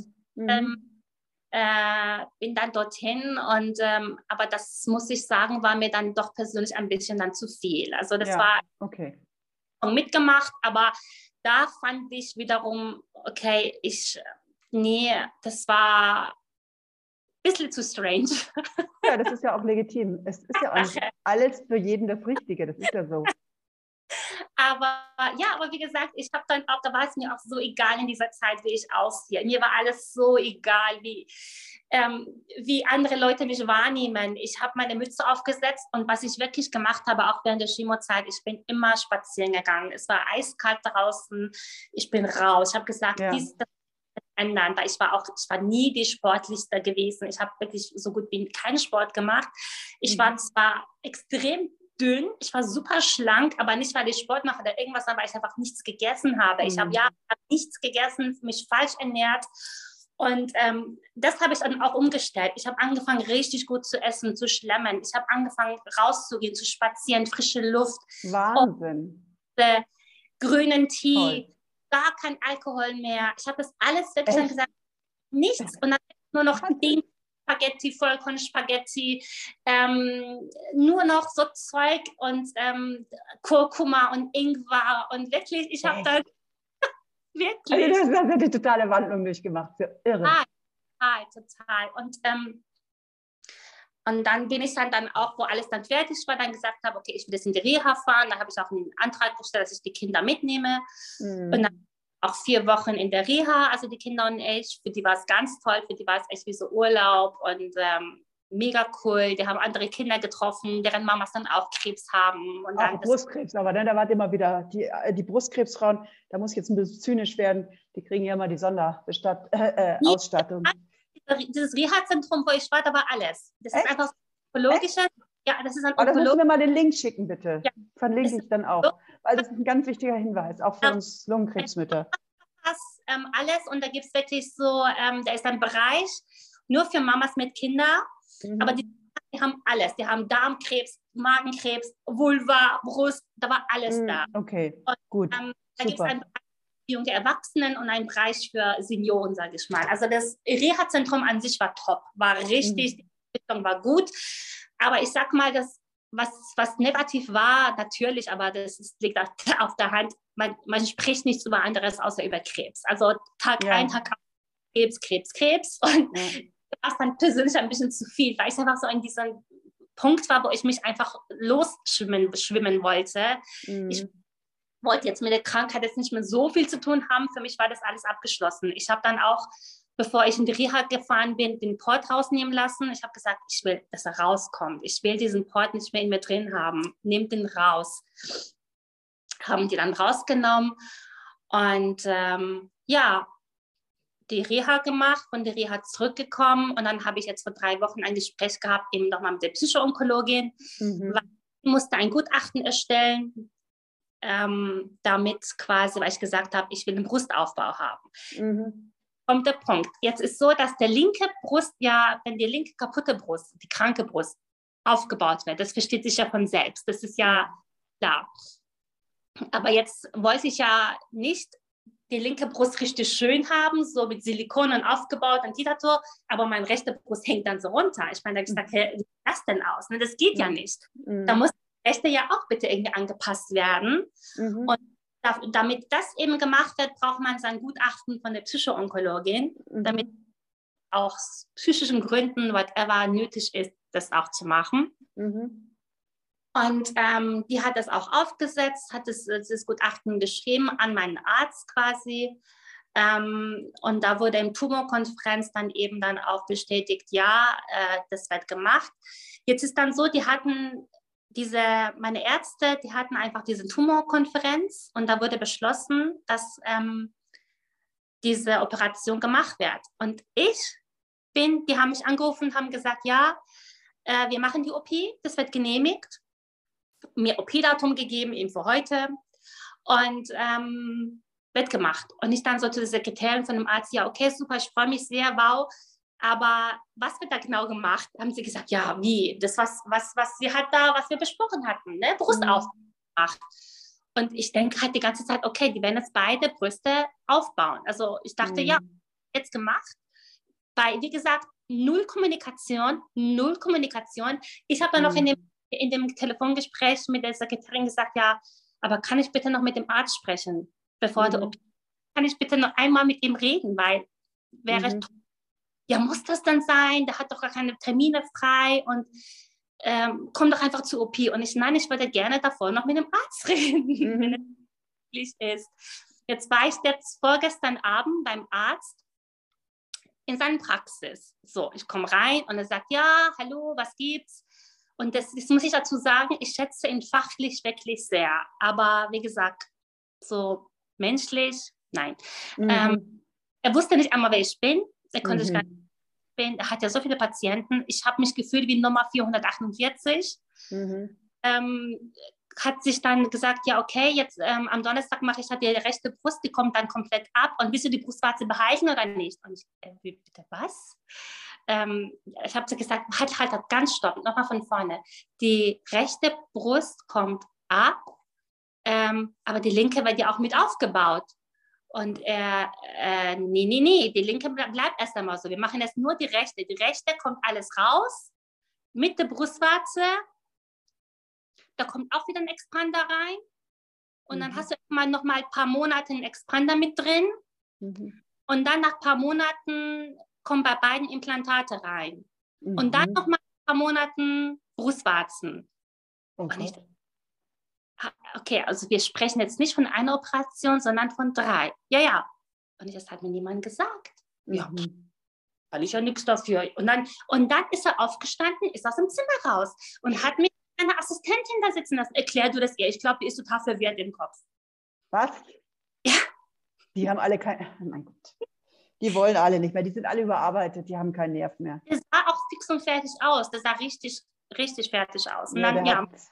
Bin dann dorthin und aber das muss ich sagen, war mir dann doch persönlich ein bisschen dann zu viel. Also das war mitgemacht, aber da fand ich wiederum, okay, das war ein bisschen zu strange. Ja, das ist ja auch legitim. Es ist ja auch nicht alles für jeden das Richtige, das ist ja so. Aber wie gesagt, ich habe dann auch, da war es mir auch so egal in dieser Zeit, wie ich aussehe. Mir war alles so egal, wie andere Leute mich wahrnehmen. Ich habe meine Mütze aufgesetzt und was ich wirklich gemacht habe, auch während der Chemozeit, ich bin immer spazieren gegangen. Es war eiskalt draußen, ich bin raus. Ich habe gesagt, das ändern, weil ich war nie die Sportlichste gewesen. Ich habe wirklich so gut wie keinen Sport gemacht. Ich war zwar extrem dünn, ich war super schlank, aber nicht, weil ich Sport mache oder irgendwas, sondern weil ich einfach nichts gegessen habe. Ich habe ja nichts gegessen, mich falsch ernährt. Und das habe ich dann auch umgestellt. Ich habe angefangen, richtig gut zu essen, zu schlemmen. Ich habe angefangen, rauszugehen, zu spazieren, frische Luft. Wahnsinn. Grünen Tee, Toll. gar kein Alkohol mehr. Ich habe das alles wirklich dann gesagt, nichts. Und dann nur noch den Spaghetti, Vollkornspaghetti, nur noch so Zeug und Kurkuma und Ingwer. Und wirklich, ich habe da wirklich... Also das hat die totale Wandlung durchgemacht. So irre. Total. Und dann bin ich dann auch, wo alles dann fertig war, dann gesagt habe, okay, ich will jetzt in die Reha fahren. Da habe ich auch einen Antrag gestellt, dass ich die Kinder mitnehme. Und dann auch 4 Wochen in der Reha, also die Kinder und ich. Für die war es ganz toll, für die war es echt wie so Urlaub und mega cool. Die haben andere Kinder getroffen, deren Mamas dann auch Krebs haben. Und dann auch Brustkrebs, aber dann, da war immer wieder die Brustkrebsfrauen, da muss ich jetzt ein bisschen zynisch werden, die kriegen ja immer die Sonderausstattung. Dieses Reha-Zentrum, wo ich war, da war alles. Das ist einfach psychologische. Ja, das ist ein das müssen wir mal den Link schicken, bitte. Ja. Verlinke ich dann auch, weil das ist ein ganz wichtiger Hinweis, auch für uns Lungenkrebsmütter. Alles und da gibt es wirklich so, da ist ein Bereich nur für Mamas mit Kindern, aber die haben alles. Die haben Darmkrebs, Magenkrebs, Vulva, Brust, da war alles da. Okay, gut. Da gibt es einen Bereich für junge Erwachsenen und einen Bereich für Senioren, sage ich mal. Also das Reha-Zentrum an sich war top, war richtig, die Entwicklung war gut. Aber ich sag mal, das, was negativ war, natürlich, aber das liegt auf der Hand. Man spricht nichts über anderes außer über Krebs. Also Tag ein, Tag aus, Krebs. Und das war dann persönlich ein bisschen zu viel, weil ich einfach so in diesem Punkt war, wo ich mich einfach schwimmen wollte. Ich wollte jetzt mit der Krankheit jetzt nicht mehr so viel zu tun haben. Für mich war das alles abgeschlossen. Ich habe dann auch, bevor ich in die Reha gefahren bin, den Port rausnehmen lassen. Ich habe gesagt, ich will, dass er rauskommt. Ich will diesen Port nicht mehr in mir drin haben. Nehmt den raus. Haben die dann rausgenommen. Und die Reha gemacht, von der Reha zurückgekommen. Und dann habe ich jetzt vor 3 Wochen ein Gespräch gehabt, eben nochmal mit der Psychoonkologin. Ich musste ein Gutachten erstellen, damit quasi, weil ich gesagt habe, ich will einen Brustaufbau haben. Kommt der Punkt. Jetzt ist so, dass der linke Brust, wenn die linke kaputte Brust, die kranke Brust aufgebaut wird, das versteht sich ja von selbst. Das ist ja klar. Aber jetzt wollte ich ja nicht die linke Brust richtig schön haben, so mit Silikonen aufgebaut und Tidatur, aber meine rechte Brust hängt dann so runter. Ich meine, da habe ich gesagt, hey, wie sieht das denn aus? Ne, das geht ja nicht. Da muss die rechte ja auch bitte irgendwie angepasst werden. Und damit das eben gemacht wird, braucht man sein Gutachten von der Psychoonkologin, damit aus psychischen Gründen, whatever, nötig ist, das auch zu machen. Und die hat das auch aufgesetzt, hat das Gutachten geschrieben an meinen Arzt quasi. Und da wurde in Tumorkonferenz dann eben dann auch bestätigt, das wird gemacht. Jetzt ist dann so, meine Ärzte, die hatten einfach diese Tumorkonferenz und da wurde beschlossen, dass diese Operation gemacht wird. Und die haben mich angerufen und haben gesagt, wir machen die OP, das wird genehmigt. Mir OP-Datum gegeben, eben für heute. Und wird gemacht. Und ich dann so zu der Sekretärin von dem Arzt, okay, super, ich freue mich sehr, wow. Aber was wird da genau gemacht? Haben sie gesagt, wie? Das, was sie halt was wir besprochen hatten, ne? Brustaufbau gemacht. Und ich denke halt die ganze Zeit, okay, die werden jetzt beide Brüste aufbauen. Also ich dachte, jetzt gemacht. Weil, wie gesagt, null Kommunikation. Ich habe dann noch in dem Telefongespräch mit der Sekretärin gesagt, aber kann ich bitte noch mit dem Arzt sprechen, bevor der OP? Kann ich bitte noch einmal mit ihm reden, weil muss das dann sein? Der hat doch gar keine Termine frei und komm doch einfach zur OP. Und ich würde gerne davor noch mit dem Arzt reden, wenn es möglich ist. Jetzt war ich jetzt vorgestern Abend beim Arzt in seiner Praxis. So, ich komme rein und er sagt, hallo, was gibt's? Und das muss ich dazu sagen, ich schätze ihn fachlich wirklich sehr. Aber wie gesagt, so menschlich, nein. Er wusste nicht einmal, wer ich bin. Er konnte sich gar nicht sehen. Er hat ja so viele Patienten. Ich habe mich gefühlt wie Nummer 448. hat sich dann gesagt, ja okay, jetzt am Donnerstag mache ich halt die rechte Brust, die kommt dann komplett ab und willst du die Brustwarze behalten oder nicht? Und ich, bitte was? Ich habe gesagt, halt, ganz stopp, nochmal von vorne. Die rechte Brust kommt ab, aber die linke wird ja auch mit aufgebaut. Und er, nee, die linke bleibt erst einmal so. Wir machen jetzt nur die rechte. Die rechte kommt alles raus mit der Brustwarze. Da kommt auch wieder ein Expander rein. Und dann hast du noch mal ein paar Monate einen Expander mit drin. Und dann nach ein paar Monaten kommen bei beiden Implantate rein. Und dann noch mal ein paar Monaten Brustwarzen. Okay. Okay, also wir sprechen jetzt nicht von einer Operation, sondern von 3. Ja. Und das hat mir niemand gesagt. Ja, kann ich ja nichts dafür. Und dann ist er aufgestanden, ist aus dem Zimmer raus und hat mir eine Assistentin da sitzen lassen. Erklär du das ihr. Ich glaube, die ist total verwirrt im Kopf. Was? Ja. Die haben alle kein... Oh mein Gott. Die wollen alle nicht mehr. Die sind alle überarbeitet. Die haben keinen Nerv mehr. Das sah auch fix und fertig aus. Das sah richtig, richtig fertig aus. Und dann,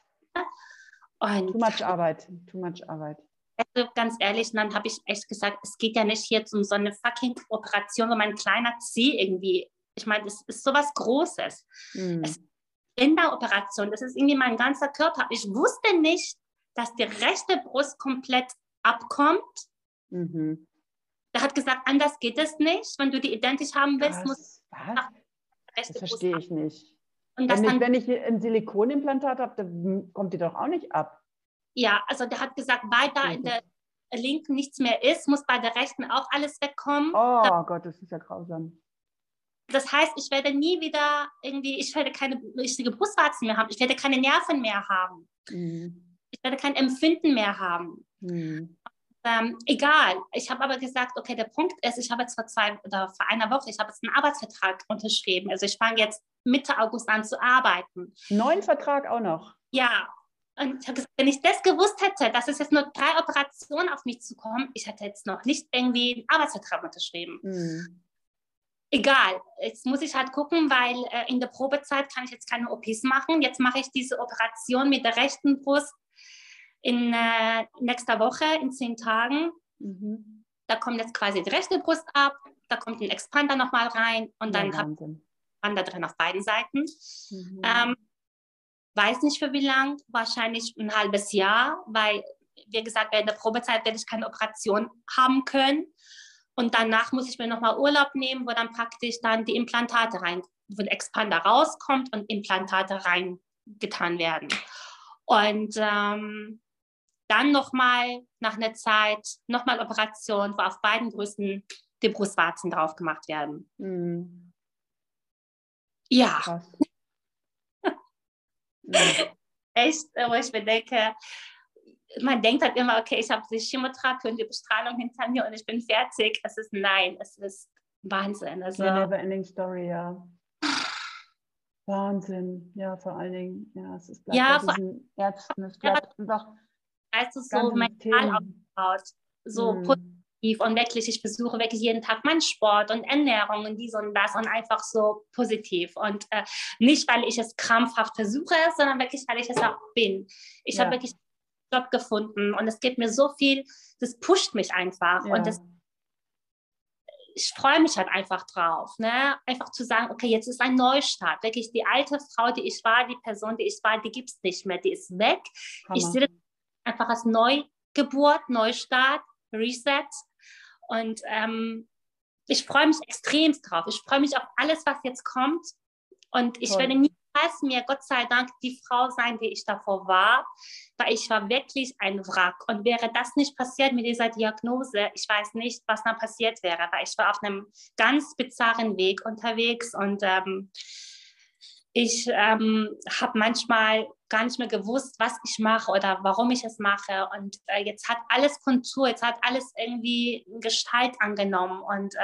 Und too much Arbeit. Also ganz ehrlich, und dann habe ich echt gesagt, es geht ja nicht jetzt um so eine fucking Operation, um ein kleiner Zeh irgendwie. Ich meine, das ist sowas Großes. Es ist in der Operation, das ist irgendwie mein ganzer Körper. Ich wusste nicht, dass die rechte Brust komplett abkommt. Der hat gesagt, anders geht es nicht. Wenn du die identisch haben willst, musst du das verstehe ich nicht. Und wenn ich ein Silikonimplantat habe, dann kommt die doch auch nicht ab. Ja, also der hat gesagt, weil da in der linken nichts mehr ist, muss bei der rechten auch alles wegkommen. Oh Gott, das ist ja grausam. Das heißt, ich werde nie wieder ich werde keine richtige Brustwarzen mehr haben. Ich werde keine Nerven mehr haben. Ich werde kein Empfinden mehr haben. Egal. Ich habe aber gesagt, okay, der Punkt ist, ich habe jetzt vor einer Woche, ich habe jetzt einen Arbeitsvertrag unterschrieben. Also ich fange jetzt Mitte August an zu arbeiten. Neuen Vertrag auch noch? Ja. Und ich habe gesagt, wenn ich das gewusst hätte, dass es jetzt nur 3 Operationen auf mich zukommen, ich hätte jetzt noch nicht irgendwie einen Arbeitsvertrag unterschrieben. Egal, jetzt muss ich halt gucken, weil in der Probezeit kann ich jetzt keine OPs machen. Jetzt mache ich diese Operation mit der rechten Brust in nächster Woche, in 10 Tagen. Da kommt jetzt quasi die rechte Brust ab, da kommt ein Expander nochmal rein und dann habe ich einen Expander drin auf beiden Seiten. Weiß nicht für wie lang, wahrscheinlich ein halbes Jahr, weil, wie gesagt, während der Probezeit werde ich keine Operation haben können. Und danach muss ich mir nochmal Urlaub nehmen, wo dann praktisch dann die Implantate rein, wo der Expander rauskommt und Implantate reingetan werden. Und dann nochmal nach einer Zeit nochmal Operation, wo auf beiden Brüsten die Brustwarzen drauf gemacht werden. Ja. Krass. Echt, wo ich mir denke, man denkt halt immer, okay, ich habe die Chemotherapie und die Bestrahlung hinter mir und ich bin fertig. Es ist Wahnsinn. Also, eine never-ending Story, ja. Wahnsinn, ja, vor allen Dingen, ja, es bleibt ja, bei diesen Ärzten, es bleibt einfach weißt du, so mental aufgebaut, so positiv und wirklich, ich versuche wirklich jeden Tag meinen Sport und Ernährung und dies und das und einfach so positiv und nicht, weil ich es krampfhaft versuche, sondern wirklich, weil ich es auch bin. Ich habe wirklich einen Job gefunden und es gibt mir so viel, das pusht mich einfach und ich freue mich halt einfach drauf, ne? Einfach zu sagen, okay, jetzt ist ein Neustart. Wirklich die alte Frau, die ich war, die Person, die ich war, die gibt es nicht mehr, die ist weg. Hammer. Ich sehe das einfach als Neugeburt, Neustart, Reset und ich freue mich extrem drauf. Ich freue mich auf alles, was jetzt kommt und ich werde niemals mehr, Gott sei Dank, die Frau sein, die ich davor war, weil ich war wirklich ein Wrack und wäre das nicht passiert mit dieser Diagnose, ich weiß nicht, was dann passiert wäre, weil ich war auf einem ganz bizarren Weg unterwegs und ich habe manchmal gar nicht mehr gewusst, was ich mache oder warum ich es mache und jetzt hat alles Kontur, jetzt hat alles irgendwie Gestalt angenommen und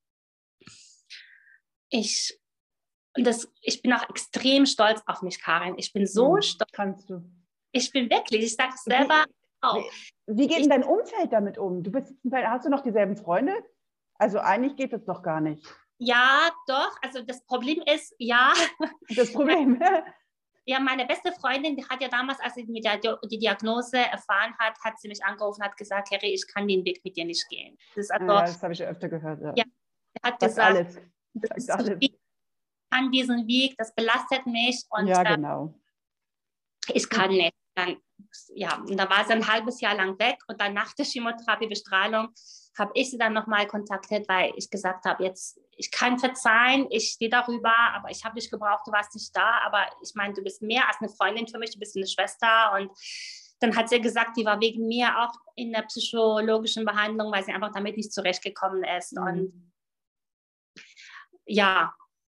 ich bin auch extrem stolz auf mich, Karin. Ich bin so stolz. Kannst du. Ich bin wirklich, ich sage es selber auch. Wie geht denn dein Umfeld damit um? Hast du noch dieselben Freunde? Also eigentlich geht es doch gar nicht. Ja, doch. Also das Problem ist, ja. Das Problem? Ja, meine beste Freundin, die hat ja damals, als sie mit die Diagnose erfahren hat, hat sie mich angerufen und hat gesagt, Harry, ich kann den Weg mit dir nicht gehen. Das ist also, ja, das habe ich ja öfter gehört. Ja. ja, sie hat Sagt gesagt, alles. das Sagt ist zu alles. viel, ich kann diesen Weg, das belastet mich und Ja, genau. ich kann nicht. Dann, ja, und da war sie ein halbes Jahr lang weg und dann nach der Chemotherapie, Bestrahlung, habe ich sie dann nochmal kontaktiert, weil ich gesagt habe, jetzt, ich kann verzeihen, ich stehe darüber, aber ich habe dich gebraucht, du warst nicht da, aber ich meine, du bist mehr als eine Freundin für mich, du bist eine Schwester und dann hat sie gesagt, die war wegen mir auch in der psychologischen Behandlung, weil sie einfach damit nicht zurechtgekommen ist und ja,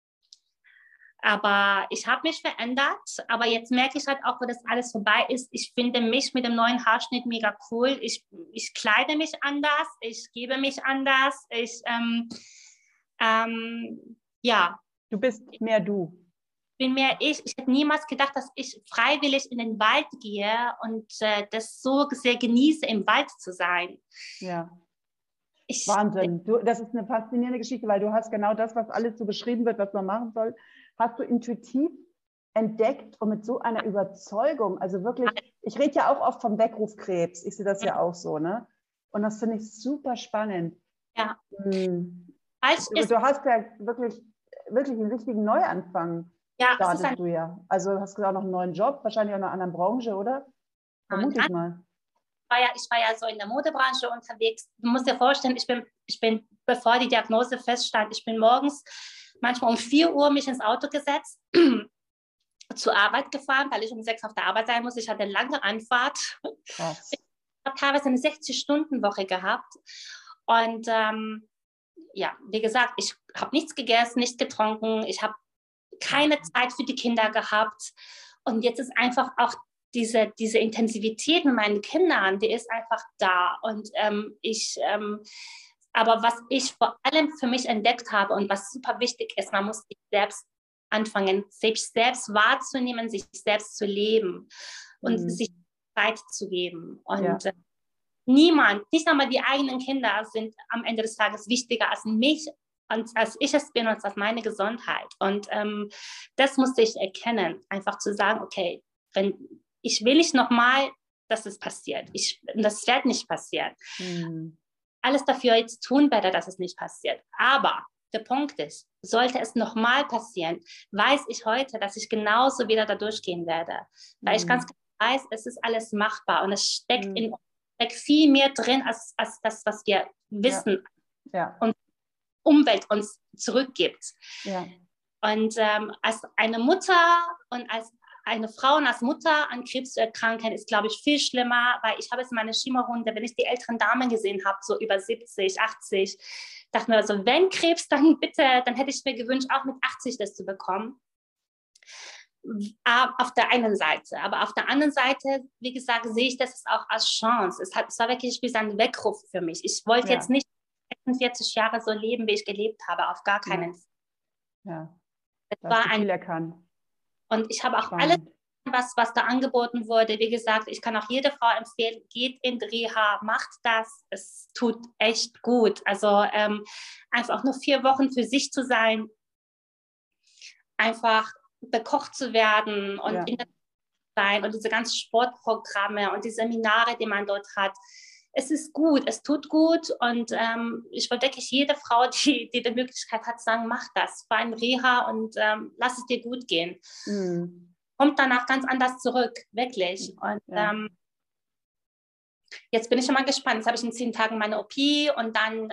aber ich habe mich verändert, aber jetzt merke ich halt auch, wo das alles vorbei ist, ich finde mich mit dem neuen Haarschnitt mega cool. Ich kleide mich anders, ich gebe mich anders, ja. Du bist mehr du. Bin mehr ich. Ich hätte niemals gedacht, dass ich freiwillig in den Wald gehe und das so sehr genieße, im Wald zu sein. Ja. Wahnsinn. Das ist eine faszinierende Geschichte, weil du hast genau das, was alles so beschrieben wird, was man machen soll, hast du intuitiv entdeckt und mit so einer Überzeugung, also wirklich, ich rede ja auch oft vom Weckrufkrebs, ich sehe das ja auch so, ne? Und das finde ich super spannend. Ja. Du hast ja wirklich einen richtigen Neuanfang. Ja, startest du ja. Also hast du auch noch einen neuen Job, wahrscheinlich auch in einer anderen Branche, oder? Vermute ich mal. Ich war ja so in der Modebranche unterwegs. Du musst dir vorstellen, ich bin, bevor die Diagnose feststand, ich bin morgens manchmal um 4 Uhr mich ins Auto gesetzt, zur Arbeit gefahren, weil ich um 6 auf der Arbeit sein muss. Ich hatte eine lange Anfahrt. Krass. Ich habe teilweise eine 60-Stunden-Woche gehabt. Und ja, wie gesagt, ich habe nichts gegessen, nichts getrunken. Ich habe keine Zeit für die Kinder gehabt. Und jetzt ist einfach auch diese Intensivität mit meinen Kindern, die ist einfach da. Und aber was ich vor allem für mich entdeckt habe und was super wichtig ist, man muss sich selbst anfangen, sich selbst wahrzunehmen, sich selbst zu leben und sich Zeit zu geben. Und niemand, nicht einmal die eigenen Kinder sind am Ende des Tages wichtiger als mich und als ich es bin und als meine Gesundheit. Und das musste ich erkennen, einfach zu sagen, okay, ich will nicht nochmal, dass es passiert. Das wird nicht passieren. Alles dafür jetzt tun werde, dass es nicht passiert. Aber der Punkt ist, sollte es nochmal passieren, weiß ich heute, dass ich genauso wieder da durchgehen werde. Weil ich ganz genau weiß, es ist alles machbar und es steckt viel mehr drin, als das, was wir wissen und Umwelt uns zurückgibt. Ja. Und als eine Mutter und als eine Frau und als Mutter an Krebs zu erkranken, ist, glaube ich, viel schlimmer, weil ich habe es in meiner Chemorunde, wenn ich die älteren Damen gesehen habe, so über 70, 80, dachte mir also, wenn Krebs, dann bitte, dann hätte ich mir gewünscht, auch mit 80 das zu bekommen. Auf der einen Seite. Aber auf der anderen Seite, wie gesagt, sehe ich das auch als Chance. Es war wirklich wie so ein Weckruf für mich. Ich wollte jetzt nicht 46 Jahre so leben, wie ich gelebt habe, auf gar keinen Fall. Ja, das war viel erkannt. Und ich habe auch alles, was da angeboten wurde, wie gesagt, ich kann auch jede Frau empfehlen, geht in Reha, macht das, es tut echt gut. Also einfach nur 4 Wochen für sich zu sein, einfach bekocht zu werden und in der sein und diese ganzen Sportprogramme und die Seminare, die man dort hat. Es ist gut, es tut gut und ich würde wirklich jede Frau, die die Möglichkeit hat, sagen, mach das, fahr in Reha und lass es dir gut gehen. Kommt danach ganz anders zurück, wirklich. Und jetzt bin ich schon mal gespannt. Jetzt habe ich in 10 Tagen meine OP und dann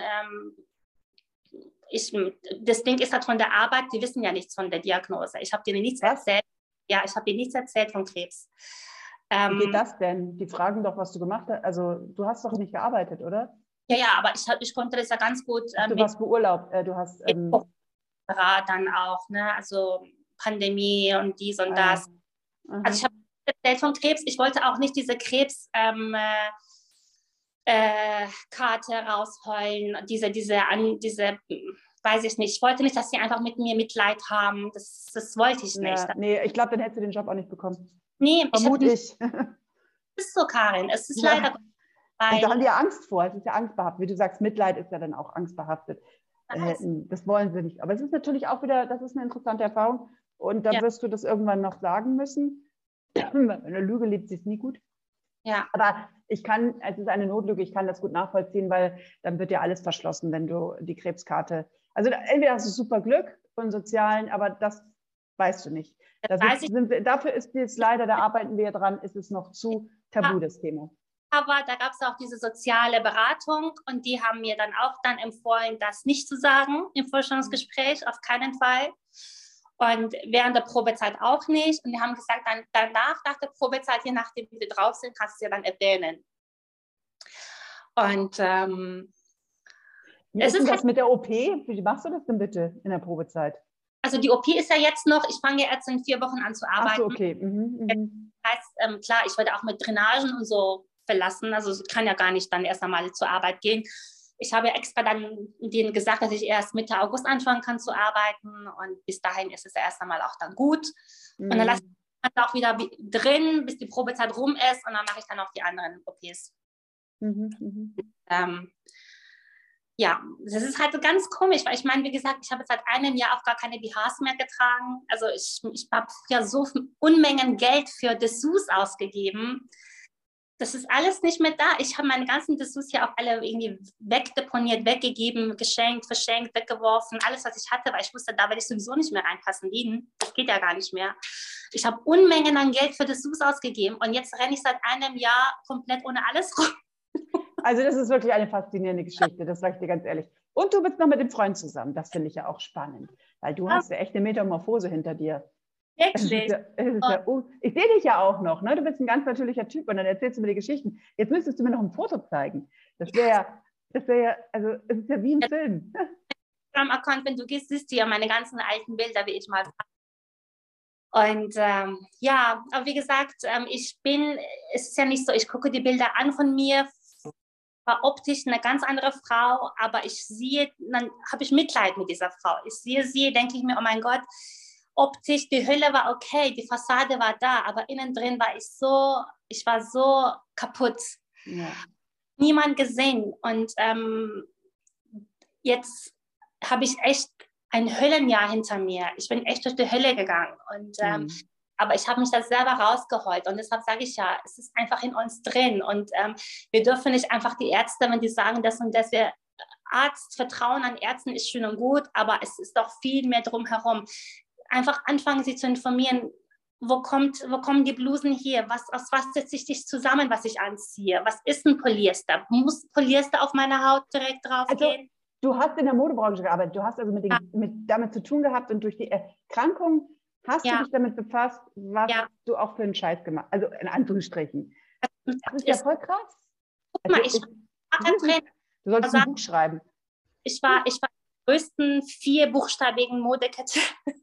das Ding ist halt von der Arbeit, die wissen ja nichts von der Diagnose. Ich habe denen nichts erzählt. Ja, ich habe denen nichts erzählt von Krebs. Wie geht das denn? Die fragen doch, was du gemacht hast. Also du hast doch nicht gearbeitet, oder? Ja, aber ich konnte das ja ganz gut. Du warst beurlaubt. Du hast dann auch, ne? Also Pandemie und dies und das. Also ich habe erzählt von Krebs. Ich wollte auch nicht diese Krebs Karte rausheulen, diese, weiß ich nicht. Ich wollte nicht, dass sie einfach mit mir Mitleid haben. Das wollte ich nicht. Nee, ich glaube, dann hättest du den Job auch nicht bekommen. Nee, vermute ich. Es ist so, Karin. Es ist leider. Und da haben die ja Angst vor. Es ist ja angstbehaftet. Wie du sagst, Mitleid ist ja dann auch angstbehaftet. Das wollen sie nicht. Aber es ist natürlich auch wieder, das ist eine interessante Erfahrung. und da wirst du das irgendwann noch sagen müssen. Eine Lüge lebt sich nie gut. Ja. Aber es ist eine Notlüge, ich kann das gut nachvollziehen, weil dann wird ja alles verschlossen, wenn du die Krebskarte, also entweder hast du super Glück von Sozialen, aber das weißt du nicht. Dafür ist jetzt leider, da arbeiten wir dran, ist es noch zu tabu, das Thema. Aber da gab es auch diese soziale Beratung und die haben mir dann auch empfohlen, das nicht zu sagen im Vorstellungsgespräch, auf keinen Fall. Und während der Probezeit auch nicht. Und die haben gesagt, dann danach, nach der Probezeit, je nachdem, wie wir drauf sind, kannst du es ja dann erwähnen. Und wie ist denn das mit der OP? Wie machst du das denn bitte in der Probezeit? Also die OP ist ja jetzt noch, ich fange ja jetzt in 4 Wochen an zu arbeiten. Ach so, okay. Das heißt, klar, ich werde auch mit Drainagen und so verlassen. Also ich kann ja gar nicht dann erst einmal zur Arbeit gehen. Ich habe extra dann denen gesagt, dass ich erst Mitte August anfangen kann zu arbeiten und bis dahin ist es erst einmal auch dann gut. Und dann lasse ich auch wieder drin, bis die Probezeit rum ist und dann mache ich dann auch die anderen OPs. Ja, das ist halt so ganz komisch, weil ich meine, wie gesagt, ich habe jetzt seit einem Jahr auch gar keine BHs mehr getragen. Also ich habe ja so Unmengen Geld für Dessous ausgegeben. Das ist alles nicht mehr da. Ich habe meine ganzen Dessous ja auch alle irgendwie wegdeponiert, weggegeben, geschenkt, verschenkt, weggeworfen. Alles, was ich hatte, weil ich wusste, da werde ich sowieso nicht mehr reinpassen. Das geht ja gar nicht mehr. Ich habe Unmengen an Geld für Dessous ausgegeben und jetzt renne ich seit einem Jahr komplett ohne alles rum. Also das ist wirklich eine faszinierende Geschichte, das sage ich dir ganz ehrlich. Und du bist noch mit dem Freund zusammen, das finde ich ja auch spannend, weil du hast ja echt eine Metamorphose hinter dir. Wirklich? Ich sehe dich ja auch noch, ne? Du bist ein ganz natürlicher Typ und dann erzählst du mir die Geschichten. Jetzt müsstest du mir noch ein Foto zeigen. Das wäre ja, also es ist ja wie ein Film. Instagram-Account, wenn du gehst, siehst du ja meine ganzen alten Bilder, wie ich mal war. Und ja, aber wie gesagt, es ist ja nicht so, ich gucke die Bilder an von mir, war optisch eine ganz andere Frau, aber ich sehe, dann habe ich Mitleid mit dieser Frau. Ich sehe sie, denke ich mir, oh mein Gott, optisch, die Hülle war okay, die Fassade war da, aber innen drin war ich war so kaputt. Ja. Niemand gesehen. Und jetzt habe ich echt ein Höllenjahr hinter mir. Ich bin echt durch die Hölle gegangen. Und aber ich habe mich da selber rausgeholt und deshalb sage ich ja, es ist einfach in uns drin und wir dürfen nicht einfach die Ärzte, wenn die sagen das und das, Vertrauen an Ärzten ist schön und gut, aber es ist doch viel mehr drumherum. Einfach anfangen, sie zu informieren, wo kommen die Blusen her, aus was setze ich dich zusammen, was ich anziehe, was ist ein Polyester, muss Polyester auf meine Haut direkt drauf gehen? Du hast in der Modebranche gearbeitet, du hast also damit zu tun gehabt und durch die Erkrankung hast du dich damit befasst, was du auch für einen Scheiß gemacht hast? Also in Anführungsstrichen. Das ist ja voll krass. Guck mal, du solltest ein Buch schreiben. Ich war in der größten 4-buchstabigen Modekette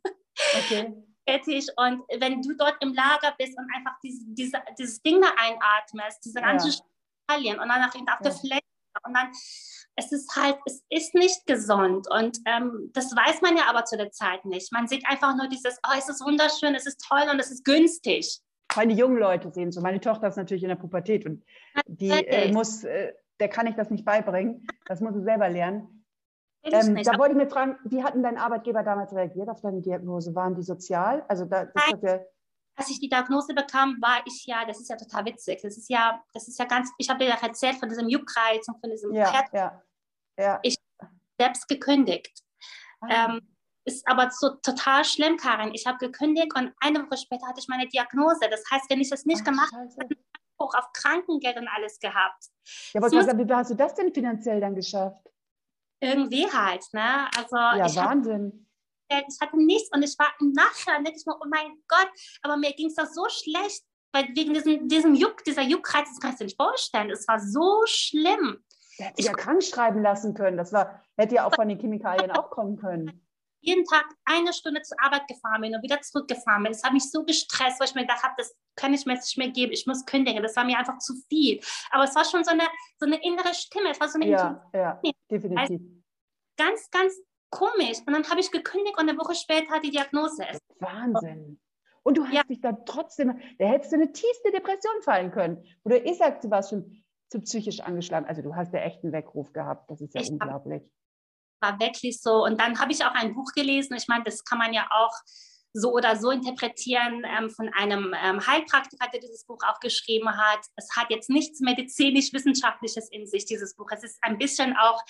tätig und wenn du dort im Lager bist und einfach dieses Ding da einatmest, diese ganzen Chemikalien und dann auf der Fläche und dann es ist nicht gesund und das weiß man ja aber zu der Zeit nicht. Man sieht einfach nur dieses, oh, es ist wunderschön, es ist toll und es ist günstig. Vor allem die jungen Leute sehen so. Meine Tochter ist natürlich in der Pubertät und die der kann ich das nicht beibringen. Das muss sie selber lernen. Da wollte ich mir fragen, wie hat denn dein Arbeitgeber damals reagiert auf deine Diagnose? Waren die sozial? Also als ich die Diagnose bekam, war ich ja, das ist ja total witzig. Das ist ja ganz, ich habe dir ja erzählt von diesem Juckreiz und von diesem Ich selbst gekündigt. Ist aber so total schlimm, Karin. Ich habe gekündigt und eine Woche später hatte ich meine Diagnose. Das heißt, wenn ich das nicht gemacht hätte, hätte ich Anspruch auf Krankengeld und alles gehabt. Ja, aber wie hast du das denn finanziell dann geschafft? Irgendwie halt, ne? Also Wahnsinn. Ich hatte nichts und ich war im Nachhinein, denke ich mir, oh mein Gott, aber mir ging es da so schlecht, weil wegen dieser Juckreiz, das kannst du dir nicht vorstellen, es war so schlimm. Der hätte sich ja krank schreiben lassen können, hätte ja auch von den Chemikalien auch kommen können. Jeden Tag 1 Stunde zur Arbeit gefahren bin und wieder zurückgefahren bin. Das hat mich so gestresst, weil ich mir gedacht habe, das kann ich mir jetzt nicht mehr geben, ich muss kündigen, das war mir einfach zu viel. Aber es war schon so eine innere Stimme, es war so eine Intuition. Definitiv. Also ganz, ganz komisch. Und dann habe ich gekündigt und eine Woche später die Diagnose. Wahnsinn. Und du hast dich dann trotzdem, da hättest du eine tiefste Depression fallen können. Oder ich sagte, du warst schon zu psychisch angeschlagen. Also du hast ja echt einen Weckruf gehabt. Das ist ja unglaublich. War wirklich so. Und dann habe ich auch ein Buch gelesen. Ich meine, das kann man ja auch so oder so interpretieren, von einem Heilpraktiker, der dieses Buch auch geschrieben hat. Es hat jetzt nichts medizinisch-wissenschaftliches in sich, dieses Buch. Es ist ein bisschen auch,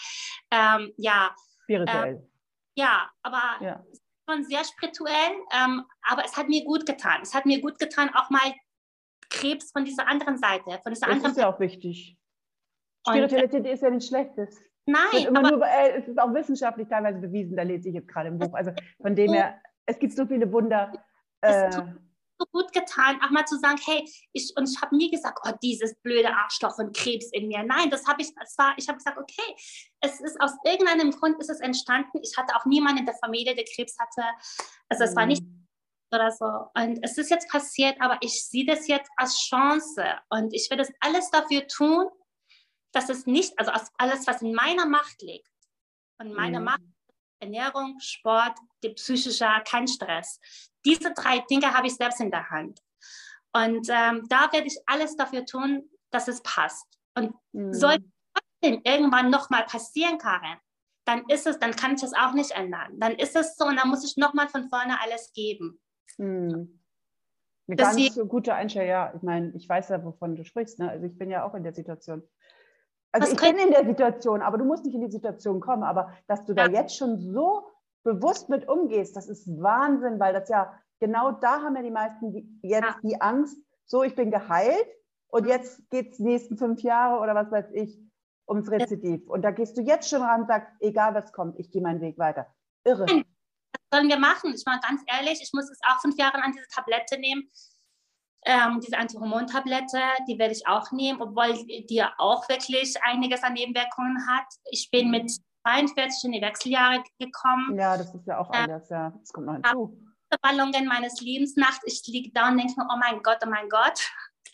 spirituell. Aber schon sehr spirituell, aber es hat mir gut getan. Es hat mir gut getan, auch mal Krebs von dieser anderen Seite, von dieser anderen Das ist ja auch wichtig. Spiritualität ist ja nichts Schlechtes. Nein, es ist auch wissenschaftlich teilweise bewiesen, da lese ich jetzt gerade im Buch. Also von dem her, es gibt so viele Wunder. Es tut so gut getan, auch mal zu sagen, hey, ich habe nie gesagt, oh, dieses blöde Arschloch und Krebs in mir. Nein, ich habe gesagt, okay, es ist aus irgendeinem Grund ist es entstanden. Ich hatte auch niemanden in der Familie, der Krebs hatte. Also es war nicht oder so. Und es ist jetzt passiert, aber ich sehe das jetzt als Chance und ich werde alles dafür tun, dass es nicht, also alles, was in meiner Macht liegt, und meine Macht, Ernährung, Sport, die psychische, kein Stress. Diese 3 Dinge habe ich selbst in der Hand. Und da werde ich alles dafür tun, dass es passt. Und sollte trotzdem irgendwann nochmal passieren, Karin, dann kann ich es auch nicht ändern. Dann ist es so und dann muss ich nochmal von vorne alles geben. Eine ganz gute Einstellung, ja. Ich meine, ich weiß ja, wovon du sprichst. Ne? Also ich bin ja auch in der Situation. Also ich bin in der Situation, aber du musst nicht in die Situation kommen. Aber dass du da jetzt schon so bewusst mit umgehst, das ist Wahnsinn, weil das ja, genau da haben ja die meisten die Angst, so ich bin geheilt und jetzt geht es die nächsten 5 Jahre oder was weiß ich ums Rezidiv. Und da gehst du jetzt schon ran und sagst, egal was kommt, ich gehe meinen Weg weiter. Irre. Was sollen wir machen? Ich war ganz ehrlich, ich muss es auch 5 Jahre an diese Tablette nehmen. Diese Antihormontablette, die werde ich auch nehmen, obwohl die ja auch wirklich einiges an Nebenwirkungen hat. Ich bin mit 42 in die Wechseljahre gekommen. Ja, das ist ja auch anders, ja. Das kommt noch hinzu. Ballungen meines Lebens nachts. Ich liege da und denke mir, oh mein Gott, oh mein Gott.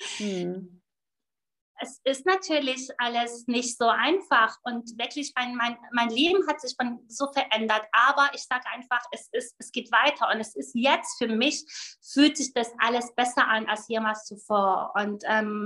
Es ist natürlich alles nicht so einfach und wirklich mein Leben hat sich so verändert, aber ich sage einfach, es geht weiter und es ist jetzt für mich, fühlt sich das alles besser an als jemals zuvor und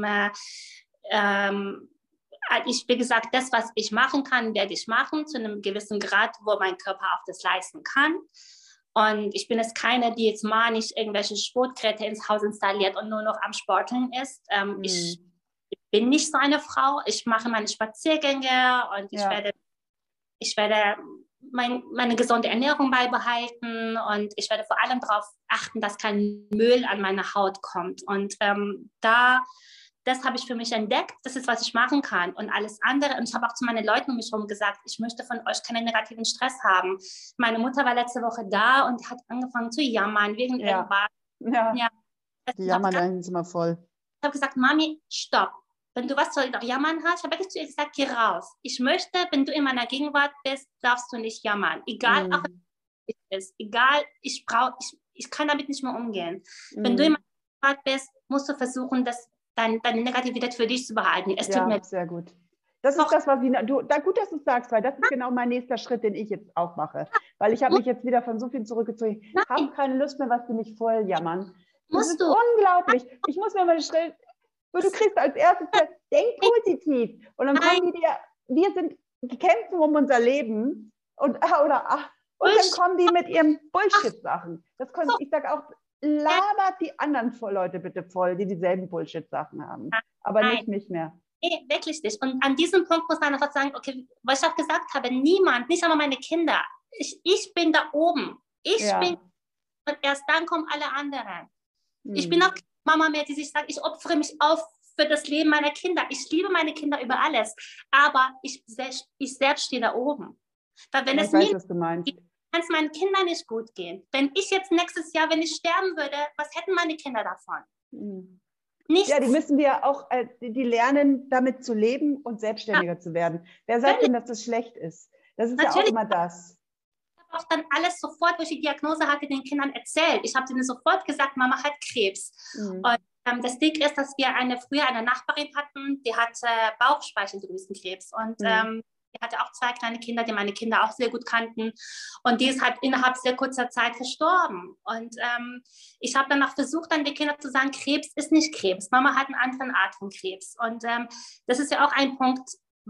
wie gesagt, das, was ich machen kann, werde ich machen zu einem gewissen Grad, wo mein Körper auch das leisten kann. Und ich bin jetzt keine, die jetzt manisch irgendwelche Sportgeräte ins Haus installiert und nur noch am Sporteln ist. Ich bin nicht so eine Frau. Ich mache meine Spaziergänge und ich werde meine gesunde Ernährung beibehalten und ich werde vor allem darauf achten, dass kein Müll an meine Haut kommt. Und das habe ich für mich entdeckt. Das ist, was ich machen kann. Und alles andere, und ich habe auch zu meinen Leuten um mich herum gesagt, ich möchte von euch keinen negativen Stress haben. Meine Mutter war letzte Woche da und hat angefangen zu jammern wegen irgendwas. Die jammern eigentlich immer voll. Ich habe gesagt, Mami, stopp. Wenn du was zu jammern hast, ich habe wirklich zu ihr gesagt, geh raus. Ich möchte, wenn du in meiner Gegenwart bist, darfst du nicht jammern. Egal, auch wenn es ist. Egal, ich kann damit nicht mehr umgehen. Wenn du in meiner Gegenwart bist, musst du versuchen, deine Negativität für dich zu behalten. Es tut mir sehr gut. Das ist das, was gut, dass du es sagst, weil das ist genau mein nächster Schritt, den ich jetzt auch mache. Weil ich habe mich jetzt wieder von so viel zurückgezogen. Ich habe keine Lust mehr, was die mich voll jammern. Das ist unglaublich. Ich muss mir mal schnell, du kriegst als erstes, denk positiv. Und dann kommen die kämpfen um unser Leben und dann kommen die mit ihren Bullshit-Sachen. Ich sage auch, labert die anderen Leute bitte voll, die dieselben Bullshit-Sachen haben. Aber nicht mich mehr. Nee, wirklich nicht. Und an diesem Punkt muss man einfach sagen, okay, was ich auch gesagt habe, niemand, nicht einmal meine Kinder. Ich bin da oben. Und erst dann kommen alle anderen. Ich bin auch keine Mama mehr, die sich sagt, ich opfere mich auf für das Leben meiner Kinder. Ich liebe meine Kinder über alles. Aber ich selbst stehe da oben. Weil wenn es mir kann es meinen Kindern nicht gut gehen. Wenn ich jetzt nächstes Jahr, wenn ich sterben würde, was hätten meine Kinder davon? Nichts. Ja, die müssen ja auch, die lernen, damit zu leben und selbstständiger zu werden. Wer sagt denn, dass das schlecht ist? Das ist ja auch immer das. Ich habe auch dann alles sofort, wo ich die Diagnose hatte, den Kindern erzählt. Ich habe denen sofort gesagt, Mama hat Krebs. Und das Ding ist, dass wir früher eine Nachbarin hatten, die hatte Bauchspeicheldrüsenkrebs. Und die hatte auch 2 kleine Kinder, die meine Kinder auch sehr gut kannten. Und die ist halt innerhalb sehr kurzer Zeit verstorben. Und ich habe dann auch versucht, an die Kinder zu sagen, Krebs ist nicht Krebs. Mama hat einen anderen Art von Krebs. Und das ist ja auch ein Punkt,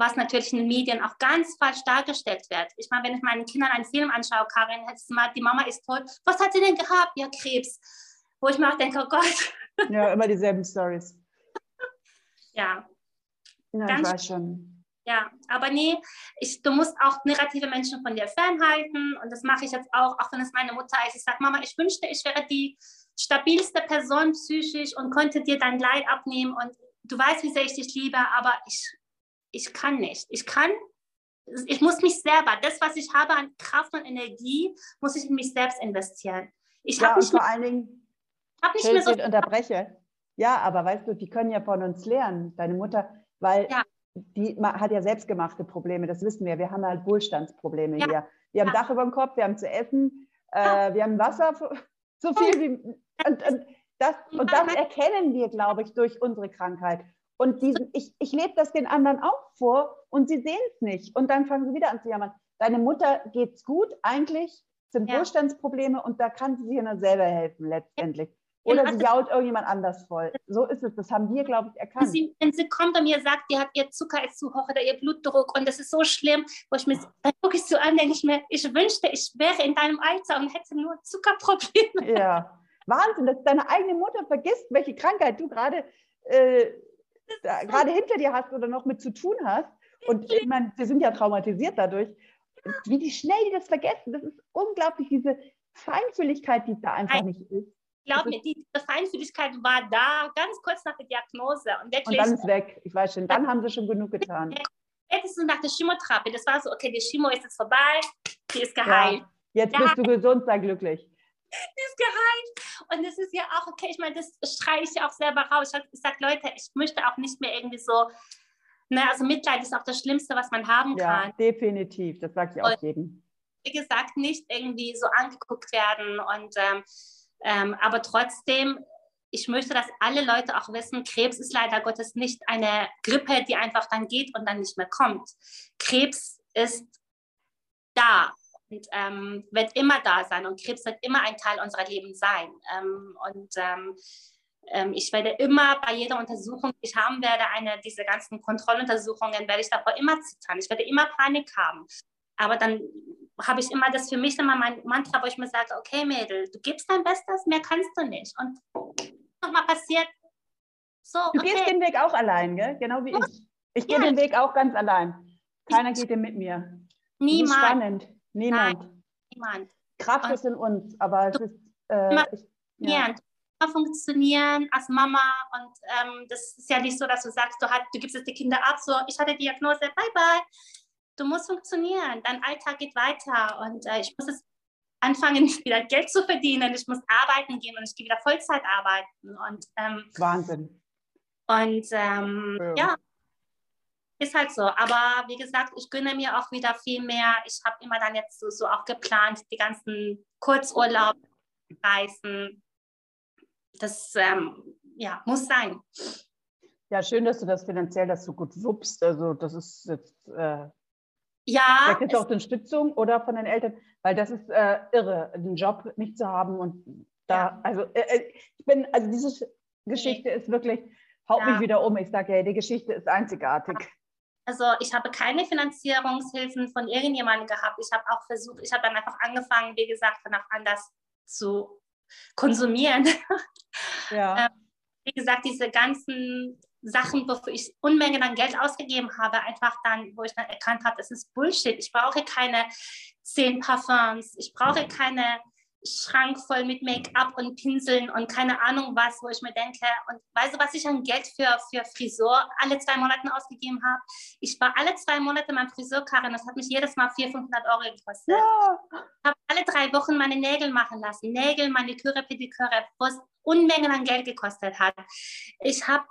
was natürlich in den Medien auch ganz falsch dargestellt wird. Ich meine, wenn ich meinen Kindern einen Film anschaue, Karin, hättest du mal, die Mama ist tot. Was hat sie denn gehabt? Ja, Krebs. Wo ich mir auch denke, oh Gott. Ja, immer dieselben Storys. Ja. Ja, ich weiß schon. Ja, aber nee, du musst auch negative Menschen von dir fernhalten und das mache ich jetzt auch wenn es meine Mutter ist. Ich sage, Mama, ich wünschte, ich wäre die stabilste Person psychisch und könnte dir dein Leid abnehmen und du weißt, wie sehr ich dich liebe, aber ich kann nicht. Ich muss mich selber, das, was ich habe an Kraft und Energie, muss ich in mich selbst investieren. Und vor allen Dingen, nicht mehr so unterbreche. Ja, aber weißt du, die können ja von uns lernen, deine Mutter, weil die hat ja selbstgemachte Probleme, das wissen wir. Wir haben halt Wohlstandsprobleme hier. Wir haben Dach über dem Kopf, wir haben zu essen, wir haben Wasser, so viel wie... Und das erkennen wir, glaube ich, durch unsere Krankheit. Und ich lebe das den anderen auch vor und sie sehen es nicht. Und dann fangen sie wieder an zu jammern. Deine Mutter geht's gut, eigentlich sind Wohlstandsprobleme und da kann sie sich nur selber helfen letztendlich. Oder sie jault irgendjemand anders voll. So ist es, das haben wir, glaube ich, erkannt. Wenn sie kommt und mir sagt, ihr Zucker ist zu hoch oder ihr Blutdruck und das ist so schlimm, dann gucke ich so an, denke ich mir, ich wünschte, ich wäre in deinem Alter und hätte nur Zuckerprobleme. Ja, Wahnsinn, dass deine eigene Mutter vergisst, welche Krankheit du gerade hinter dir hast oder noch mit zu tun hast. Und ich meine, wir sind ja traumatisiert dadurch. Wie schnell die das vergessen, das ist unglaublich, diese Feinfühligkeit, die da einfach nicht ist. Glaub mir, diese Feinfühligkeit war da, ganz kurz nach der Diagnose. Und dann ist weg, ich weiß schon, dann haben sie schon genug getan. Spätestens nach der Chemotherapie, das war so, okay, die Chemo ist jetzt vorbei, die ist geheilt. Ja, jetzt bist du gesund, sei glücklich. Die ist geheilt. Und das ist ja auch, okay, ich meine, das schreie ich ja auch selber raus. Ich sage, Leute, ich möchte auch nicht mehr irgendwie so, also Mitleid ist auch das Schlimmste, was man haben kann. Ja, definitiv, das sage ich auch jedem. Wie gesagt, nicht irgendwie so angeguckt werden und aber trotzdem, ich möchte, dass alle Leute auch wissen, Krebs ist leider Gottes nicht eine Grippe, die einfach dann geht und dann nicht mehr kommt. Krebs ist da und wird immer da sein und Krebs wird immer ein Teil unserer Leben sein. Ich werde immer bei jeder Untersuchung, die ich haben werde, diese ganzen Kontrolluntersuchungen, werde ich davor immer zittern. Ich werde immer Panik haben. Aber dann habe ich immer das für mich immer mein Mantra, wo ich mir sage, okay Mädel, du gibst dein Bestes, mehr kannst du nicht. Und nochmal passiert, so, Du gehst den Weg auch allein, gell? Genau wie ich. Ich gehe den Weg auch ganz allein. Keiner geht den mit mir. Niemand. Das ist spannend. Niemand. Nein, niemand. Kraft ist in uns, aber es ist... funktionieren als Mama und das ist ja nicht so, dass du sagst, du gibst es die Kinder ab, so, ich hatte die Diagnose, bye bye. Du musst funktionieren, dein Alltag geht weiter und ich muss jetzt anfangen, wieder Geld zu verdienen, ich muss arbeiten gehen und ich gehe wieder Vollzeit arbeiten. Und, Wahnsinn. Und ja, ist halt so. Aber wie gesagt, ich gönne mir auch wieder viel mehr. Ich habe immer dann jetzt so auch geplant, die ganzen Kurzurlaubreisen. Das muss sein. Ja, schön, dass du das finanziell so gut wuppst. Also das ist jetzt... Ja. Kriegst du auch Unterstützung oder von den Eltern? Weil das ist irre, einen Job nicht zu haben und da, diese Geschichte ist wirklich, haut mich wieder um. Ich sage, hey, die Geschichte ist einzigartig. Also ich habe keine Finanzierungshilfen von irgendjemandem gehabt. Ich habe auch versucht, ich habe dann einfach angefangen, wie gesagt, danach anders zu konsumieren. Ja. Wie gesagt, diese ganzen Sachen, wofür ich Unmengen an Geld ausgegeben habe, einfach dann, wo ich dann erkannt habe, das ist Bullshit. Ich brauche keine 10 Parfums, ich brauche keine Schrank voll mit Make-up und Pinseln und keine Ahnung was, wo ich mir denke, und weißt du, was ich an Geld für Frisur alle 2 Monate ausgegeben habe? Ich war alle 2 Monate beim Friseur, Karin, das hat mich jedes Mal 400-500 Euro gekostet. Ja. Ich habe alle 3 Wochen meine Nägel machen lassen, Nägel, Maniküre, Pediküre, wo es Unmengen an Geld gekostet hat. Ich habe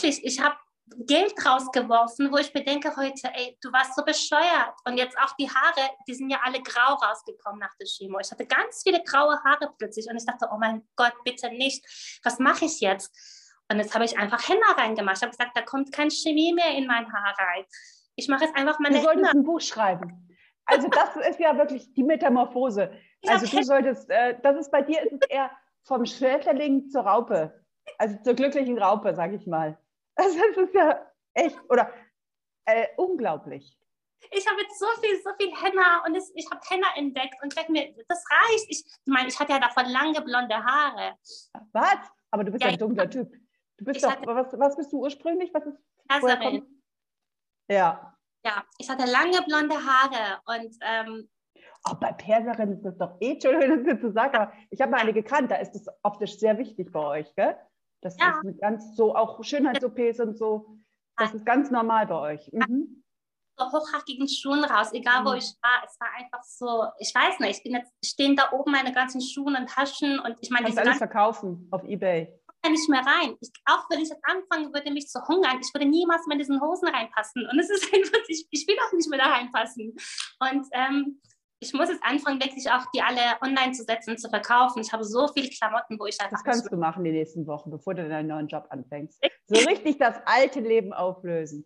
Geld rausgeworfen, wo ich mir denke heute, ey, du warst so bescheuert. Und jetzt auch die Haare, die sind ja alle grau rausgekommen nach der Chemo. Ich hatte ganz viele graue Haare plötzlich und ich dachte, oh mein Gott, bitte nicht. Was mache ich jetzt? Und jetzt habe ich einfach Henna reingemacht. Ich habe gesagt, da kommt kein Chemie mehr in mein Haar rein. Ich mache jetzt einfach meine Henna. Du solltest ein Buch schreiben. Also das ist ja wirklich die Metamorphose. Also du solltest, das ist bei dir, ist es eher vom Schmetterling zur Raupe. Also zur glücklichen Raupe, sage ich mal. Also das ist ja echt, oder unglaublich. Ich habe jetzt so viel Henna und ich habe Henna entdeckt und ich denke mir, das reicht. Ich meine, ich hatte ja davon lange blonde Haare. Was? Aber du bist ja ein dunkler ja. Typ. Du bist doch, was bist du ursprünglich? Was ist, woher kommt? Ja. Ja, ich hatte lange blonde Haare und bei Perserin ist das doch Entschuldigung, das jetzt zu sagen, aber ich habe mal eine gekannt, da ist das optisch sehr wichtig bei euch, gell? Das ist ganz so, auch Schönheits-OPs und so, das ist ganz normal bei euch. Mhm. So hochhackigen Schuhen raus, egal wo ich war. Es war einfach so, ich weiß nicht, stehen da oben meine ganzen Schuhe und Taschen und ich meine, diese alles verkaufen auf eBay. Nicht mehr rein. Auch wenn ich jetzt anfangen würde, mich zu hungern, ich würde niemals mehr in diesen Hosen reinpassen. Und es ist einfach, ich will auch nicht mehr da reinpassen. Und ich muss jetzt anfangen, wirklich auch die alle online zu setzen, zu verkaufen. Ich habe so viele Klamotten, wo ich einfach... Das kannst du machen die nächsten Wochen, bevor du deinen neuen Job anfängst. So richtig das alte Leben auflösen.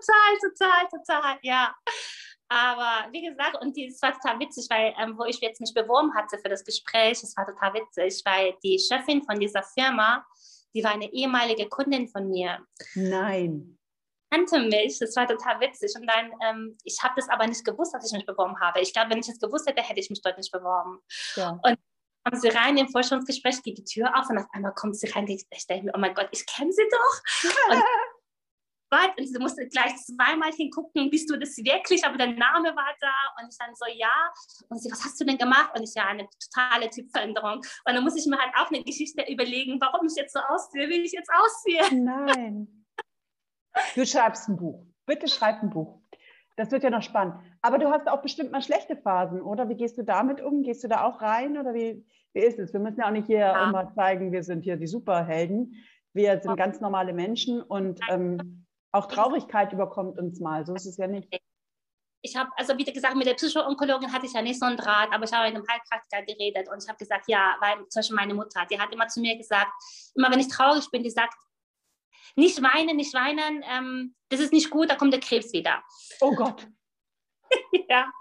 Total, ja. Aber wie gesagt, und es war total witzig, weil wo ich jetzt mich beworben hatte für das Gespräch, es war total witzig, weil die Chefin von dieser Firma, die war eine ehemalige Kundin von mir. Nein. Kannte mich, das war total witzig. Und dann, ich habe das aber nicht gewusst, dass ich mich beworben habe. Ich glaube, wenn ich es gewusst hätte, hätte ich mich dort nicht beworben. Ja. Und kommen sie rein im Vorstellungsgespräch, geht die Tür auf und auf einmal kommt sie rein. Ich denke mir, oh mein Gott, ich kenne sie doch. Und sie musste gleich zweimal hingucken, bist du das wirklich? Aber der Name war da und ich dann so, ja. Und sie, was hast du denn gemacht? Und ich, ja, eine totale Typveränderung. Und dann muss ich mir halt auch eine Geschichte überlegen, warum ich jetzt so aussehe, wie ich jetzt aussehe. Nein. Du schreibst ein Buch. Bitte schreib ein Buch. Das wird ja noch spannend. Aber du hast auch bestimmt mal schlechte Phasen, oder? Wie gehst du damit um? Gehst du da auch rein? Oder wie ist es? Wir müssen ja auch nicht hier immer zeigen, wir sind hier die Superhelden. Wir sind ganz normale Menschen und auch Traurigkeit überkommt uns mal. So ist es ja nicht. Ich habe, also wie gesagt, mit der Psychoonkologin hatte ich ja nicht so einen Draht, aber ich habe mit einem Heilpraktiker geredet und ich habe gesagt, ja, weil zum Beispiel meine Mutter, die hat immer zu mir gesagt, immer wenn ich traurig bin, die sagt, nicht weinen, das ist nicht gut, da kommt der Krebs wieder. Oh Gott. Ja.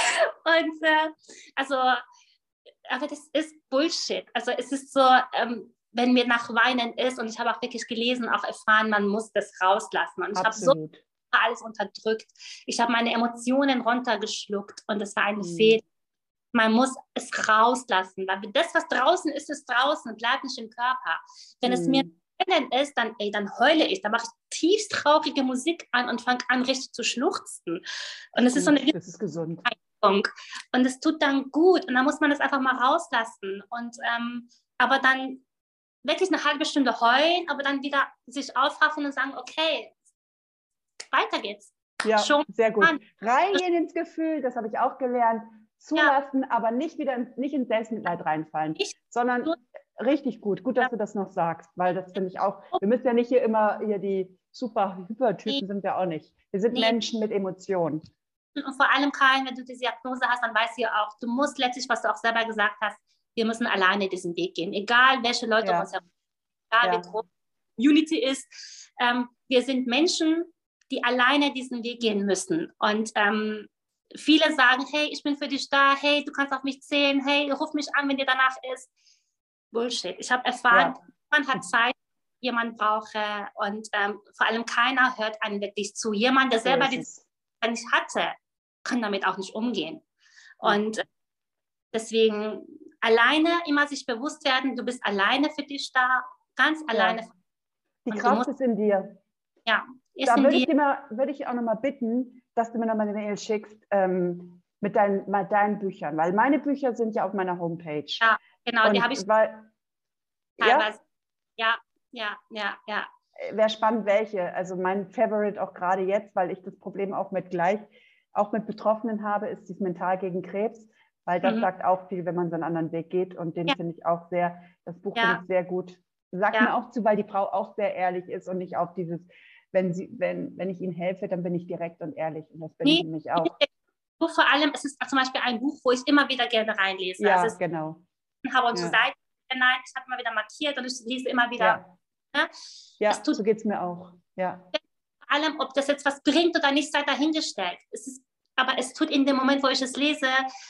Und also, aber das ist Bullshit. Also es ist so, wenn mir nach Weinen ist und ich habe auch wirklich gelesen, auch erfahren, man muss das rauslassen. Und ich habe so alles unterdrückt. Ich habe meine Emotionen runtergeschluckt und das war ein Fehler. Man muss es rauslassen, weil das, was draußen ist, ist draußen und bleibt nicht im Körper. Wenn es mir ist, dann heule ich, dann mache ich tiefst traurige Musik an und fange an, richtig zu schluchzen. Und es ist so eine das ist gesund. Und es tut dann gut und dann muss man das einfach mal rauslassen. Und aber dann wirklich eine halbe Stunde heulen, aber dann wieder sich aufraffen und sagen, okay, weiter geht's. Ja, sehr gut. Reingehen ins Gefühl, das habe ich auch gelernt. Zulassen, aber nicht in Selbstmitleid reinfallen, sondern richtig gut. Gut, dass du das noch sagst, weil das finde ich auch, wir müssen ja nicht hier immer die super Hypertypen sind wir auch nicht. Wir sind Menschen mit Emotionen. Und vor allem, Karin, wenn du die Diagnose hast, dann weißt du ja auch, du musst letztlich, was du auch selber gesagt hast, wir müssen alleine diesen Weg gehen. Egal, welche Leute uns herum, egal wie groß die Community ist. Wir sind Menschen, die alleine diesen Weg gehen müssen. Und viele sagen, hey, ich bin für dich da, hey, du kannst auf mich zählen, hey, ruf mich an, wenn dir danach ist. Bullshit. Ich habe erfahren, man hat Zeit, jemand brauche und vor allem keiner hört einen wirklich zu. Jemand, der selber die Zeit nicht hatte, kann damit auch nicht umgehen. Und deswegen alleine immer sich bewusst werden, du bist alleine für dich da, ganz alleine. Die Kraft ist in dir. Ja. Da würde ich auch noch mal bitten, dass du mir noch mal eine Mail schickst mit deinen Büchern, weil meine Bücher sind ja auf meiner Homepage. Ja, genau, und die habe ich teilweise. Ja. Wäre spannend, welche. Also mein Favorite auch gerade jetzt, weil ich das Problem auch mit Betroffenen habe, ist dieses Mental gegen Krebs, weil das sagt auch viel, wenn man so einen anderen Weg geht und den finde ich auch das Buch finde ich sehr gut. Sagt mir auch zu, weil die Frau auch sehr ehrlich ist und nicht auf dieses, wenn ich ihnen helfe, dann bin ich direkt und ehrlich und das bin ich nämlich auch. Vor allem, es ist zum Beispiel ein Buch, wo ich immer wieder gerne reinlese. Ja, genau. Ich habe unsere Seite, ich habe immer wieder markiert und ich lese immer wieder. Ja, so geht es mir auch. Ja. Vor allem, ob das jetzt was bringt oder nicht, sei dahingestellt. Aber es tut in dem Moment, wo ich es lese,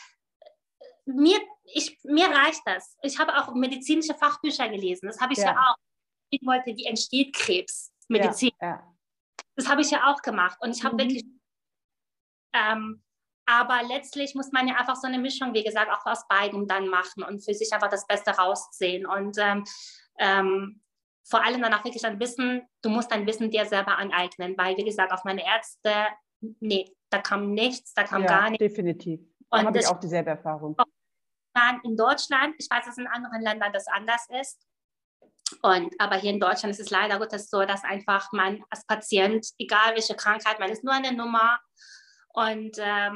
mir reicht das. Ich habe auch medizinische Fachbücher gelesen. Das habe ich ja auch. Ich wollte, wie entsteht Krebs? Medizin. Ja. Das habe ich ja auch gemacht. Und ich habe wirklich, aber letztlich muss man ja einfach so eine Mischung, wie gesagt, auch aus beidem dann machen und für sich einfach das Beste rausziehen. Und vor allem danach wirklich dann wissen, du musst dein Wissen dir selber aneignen, weil, wie gesagt, auf meine Ärzte, nee, da kam nichts, da kam gar nichts. Definitiv. Da habe ich auch dieselbe Erfahrung. In Deutschland, ich weiß, dass in anderen Ländern das anders ist, aber hier in Deutschland ist es leider Gottes so, dass einfach man als Patient, egal welche Krankheit, man ist nur eine Nummer und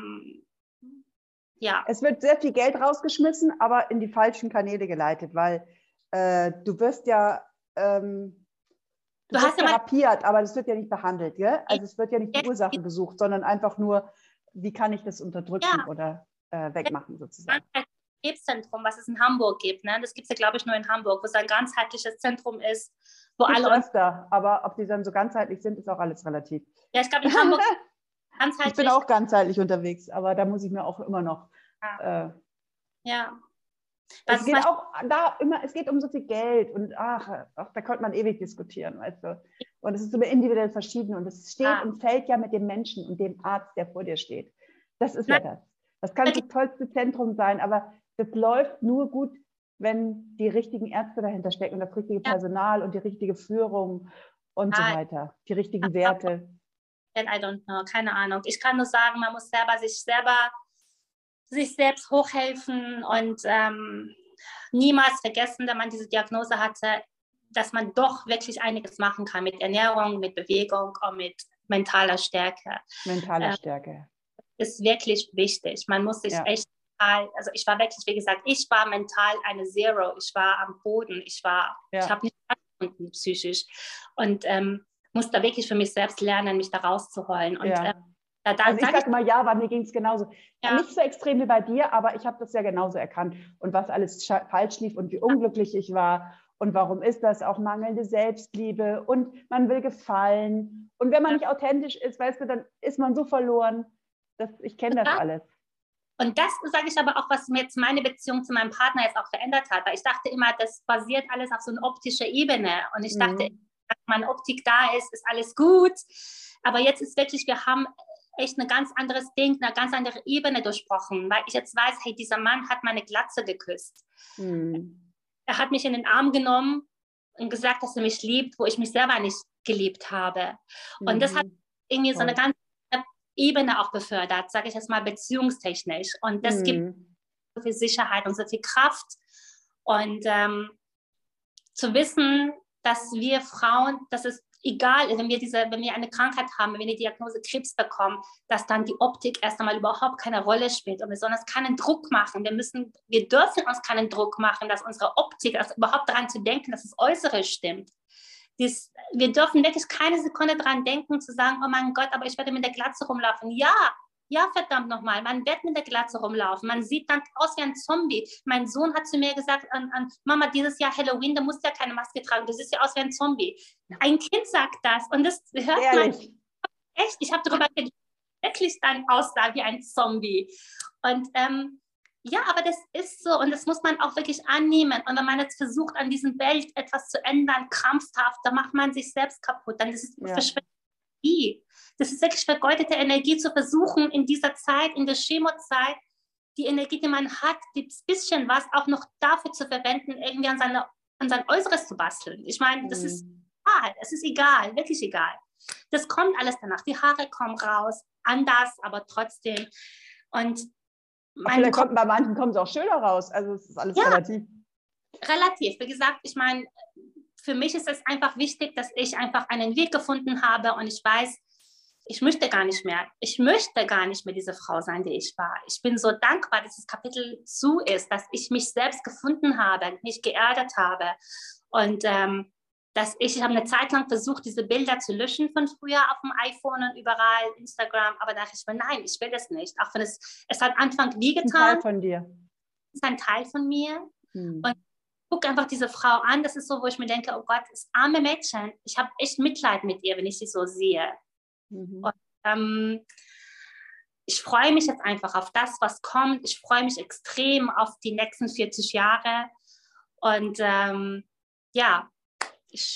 ja. Es wird sehr viel Geld rausgeschmissen, aber in die falschen Kanäle geleitet, weil du wirst ja du wirst therapiert, aber das wird ja nicht behandelt. Gell? Also es wird ja nicht die Ursache gesucht, sondern einfach nur, wie kann ich das unterdrücken oder wegmachen sozusagen. Krebszentrum, was es in Hamburg gibt. Ne? Das gibt es ja, glaube ich, nur in Hamburg, wo es ein ganzheitliches Zentrum ist, wo Gibt's alle... öfter, aber ob die dann so ganzheitlich sind, ist auch alles relativ. Ja, ich glaube, in Hamburg ganzheitlich... Ich bin auch ganzheitlich unterwegs, aber da muss ich mir auch immer noch... ja. Es geht auch da immer, es geht um so viel Geld und da könnte man ewig diskutieren, weißt du. Und es ist immer individuell verschieden und es steht und fällt ja mit dem Menschen und dem Arzt, der vor dir steht. Das ist ja das. Das kann das tollste Zentrum sein, aber das läuft nur gut, wenn die richtigen Ärzte dahinter stecken und das richtige Personal und die richtige Führung und so weiter, die richtigen Werte. I don't know, keine Ahnung. Ich kann nur sagen, man muss sich selbst hochhelfen und niemals vergessen, wenn man diese Diagnose hatte, dass man doch wirklich einiges machen kann mit Ernährung, mit Bewegung und mit mentaler Stärke. Stärke. Ist wirklich wichtig. Man muss sich echt, also ich war wirklich, wie gesagt, ich war mental eine Zero. Ich war am Boden. Ich habe nicht gefunden psychisch und musste wirklich für mich selbst lernen, mich da rauszuholen. Und also ich sage mal bei mir ging es genauso. Nicht so extrem wie bei dir, aber ich habe das ja genauso erkannt und was alles falsch lief und wie unglücklich ich war und warum ist das auch mangelnde Selbstliebe und man will gefallen und wenn man nicht authentisch ist, weißt du, dann ist man so verloren. Ich kenne das alles. Und das sage ich aber auch, was mir jetzt meine Beziehung zu meinem Partner jetzt auch verändert hat, weil ich dachte immer, das basiert alles auf so einer optischen Ebene und ich dachte, wenn meine Optik da ist alles gut, aber jetzt ist wirklich, wir haben echt ein ganz anderes Ding, eine ganz andere Ebene durchbrochen, weil ich jetzt weiß, hey, dieser Mann hat meine Glatze geküsst. Er hat mich in den Arm genommen und gesagt, dass er mich liebt, wo ich mich selber nicht geliebt habe. Und das hat irgendwie so eine ganz Ebene auch befördert, sage ich jetzt mal beziehungstechnisch. Und das gibt so viel Sicherheit und so viel Kraft. Und zu wissen, dass wir Frauen, dass es egal ist, wenn wir eine Krankheit haben, wenn wir die Diagnose Krebs bekommen, dass dann die Optik erst einmal überhaupt keine Rolle spielt und wir sollen uns keinen Druck machen. Wir dürfen uns keinen Druck machen, dass unsere Optik, also überhaupt daran zu denken, dass das Äußere stimmt. Wir dürfen wirklich keine Sekunde daran denken, zu sagen, oh mein Gott, aber ich werde mit der Glatze rumlaufen. Ja, verdammt nochmal, man wird mit der Glatze rumlaufen, man sieht dann aus wie ein Zombie. Mein Sohn hat zu mir gesagt, Mama, dieses Jahr Halloween, da musst du ja keine Maske tragen, du siehst ja aus wie ein Zombie. Ein Kind sagt das und das hört man echt. Ich habe darüber gedacht, wirklich dann aussah wie ein Zombie. Und aber das ist so und das muss man auch wirklich annehmen. Und wenn man jetzt versucht, an diesem Welt etwas zu ändern, krampfhaft, dann macht man sich selbst kaputt. Dann ist es verschwendet. Das ist wirklich vergeudete Energie zu versuchen, in dieser Zeit, in der Chemozeit, die Energie, die man hat, das bisschen was auch noch dafür zu verwenden, irgendwie an sein Äußeres zu basteln. Ich meine, das ist egal. Es ist egal, wirklich egal. Das kommt alles danach. Die Haare kommen raus, anders, aber trotzdem. Und bei manchen kommen sie auch schöner raus. Also es ist alles relativ. Relativ. Wie gesagt, ich meine, für mich ist es einfach wichtig, dass ich einfach einen Weg gefunden habe und ich weiß, ich möchte gar nicht mehr diese Frau sein, die ich war. Ich bin so dankbar, dass das Kapitel zu ist, dass ich mich selbst gefunden habe, mich geerdet habe und ich habe eine Zeit lang versucht, diese Bilder zu löschen von früher auf dem iPhone und überall, Instagram, aber da dachte ich mir, nein, ich will das nicht. Auch wenn es hat Anfang wie getan. Ein Teil von dir. Es ist ein Teil von mir. Und ich gucke einfach diese Frau an, das ist so, wo ich mir denke, oh Gott, das arme Mädchen, ich habe echt Mitleid mit ihr, wenn ich sie so sehe. Und ich freue mich jetzt einfach auf das, was kommt. Ich freue mich extrem auf die nächsten 40 Jahre. Und ich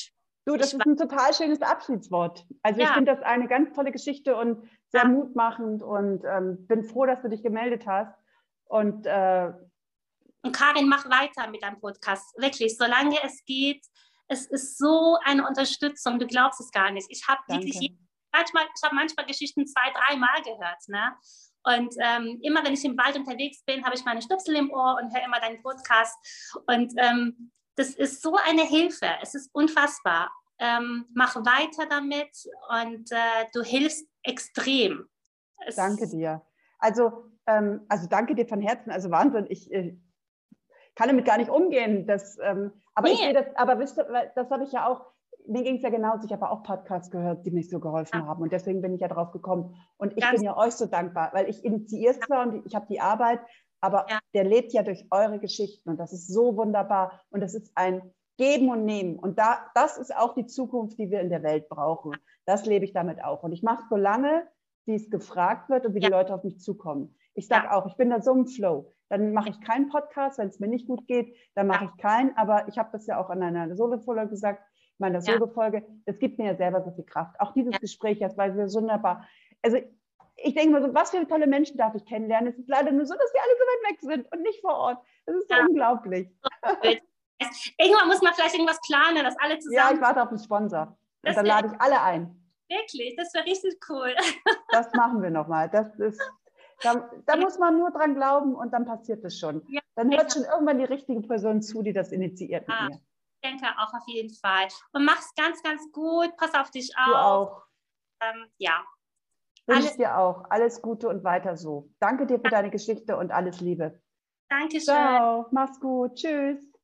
Du, das ist ein total schönes Abschiedswort. Also ich finde das eine ganz tolle Geschichte und sehr mutmachend und bin froh, dass du dich gemeldet hast. Und Karin, mach weiter mit deinem Podcast. Wirklich, solange es geht. Es ist so eine Unterstützung. Du glaubst es gar nicht. Ich habe wirklich manchmal Geschichten 2-, 3-mal gehört. Ne? Und immer, wenn ich im Wald unterwegs bin, habe ich meine Stöpsel im Ohr und höre immer deinen Podcast. Und das ist so eine Hilfe. Es ist unfassbar. Mach weiter damit und du hilfst extrem. Danke dir. Also danke dir von Herzen. Also Wahnsinn. Ich kann damit gar nicht umgehen. Aber ich sehe das, aber wisst ihr, das habe ich ja auch, mir ging es ja genauso, ich habe auch Podcasts gehört, die mich so geholfen haben und deswegen bin ich ja drauf gekommen und ich bin ja euch so dankbar, weil ich initiiere es zwar und ich habe die Arbeit, aber der lebt ja durch eure Geschichten und das ist so wunderbar und das ist ein Geben und Nehmen und das ist auch die Zukunft, die wir in der Welt brauchen. Das lebe ich damit auch und ich mache es so lange, wie es gefragt wird und wie die Leute auf mich zukommen. Ich sage auch, ich bin da so im Flow. Dann mache ich keinen Podcast, wenn es mir nicht gut geht, dann mache ich keinen. Aber ich habe das ja auch an einer Solo-Folge gesagt, meiner Solo-Folge, das gibt mir ja selber so viel Kraft. Auch dieses Gespräch, das war so wunderbar. Also ich denke mal so, was für tolle Menschen darf ich kennenlernen? Es ist leider nur so, dass die alle so weit weg sind und nicht vor Ort. Das ist so unglaublich. Irgendwann muss man vielleicht irgendwas planen, dass alle zusammen... Ja, ich warte auf einen Sponsor. Und dann lade ich alle ein. Wirklich, das wäre richtig cool. Das machen wir nochmal. Da muss man nur dran glauben und dann passiert es schon. Ja, dann hört schon irgendwann die richtige Person zu, die das initiiert mit mir. Ich denke auch auf jeden Fall. Und mach's ganz, ganz gut. Pass auf dich auf. Du auch. Ja. Wünsche dir auch. Alles Gute und weiter so. Danke dir für deine Geschichte und alles Liebe. Dankeschön. Ciao. Mach's gut. Tschüss.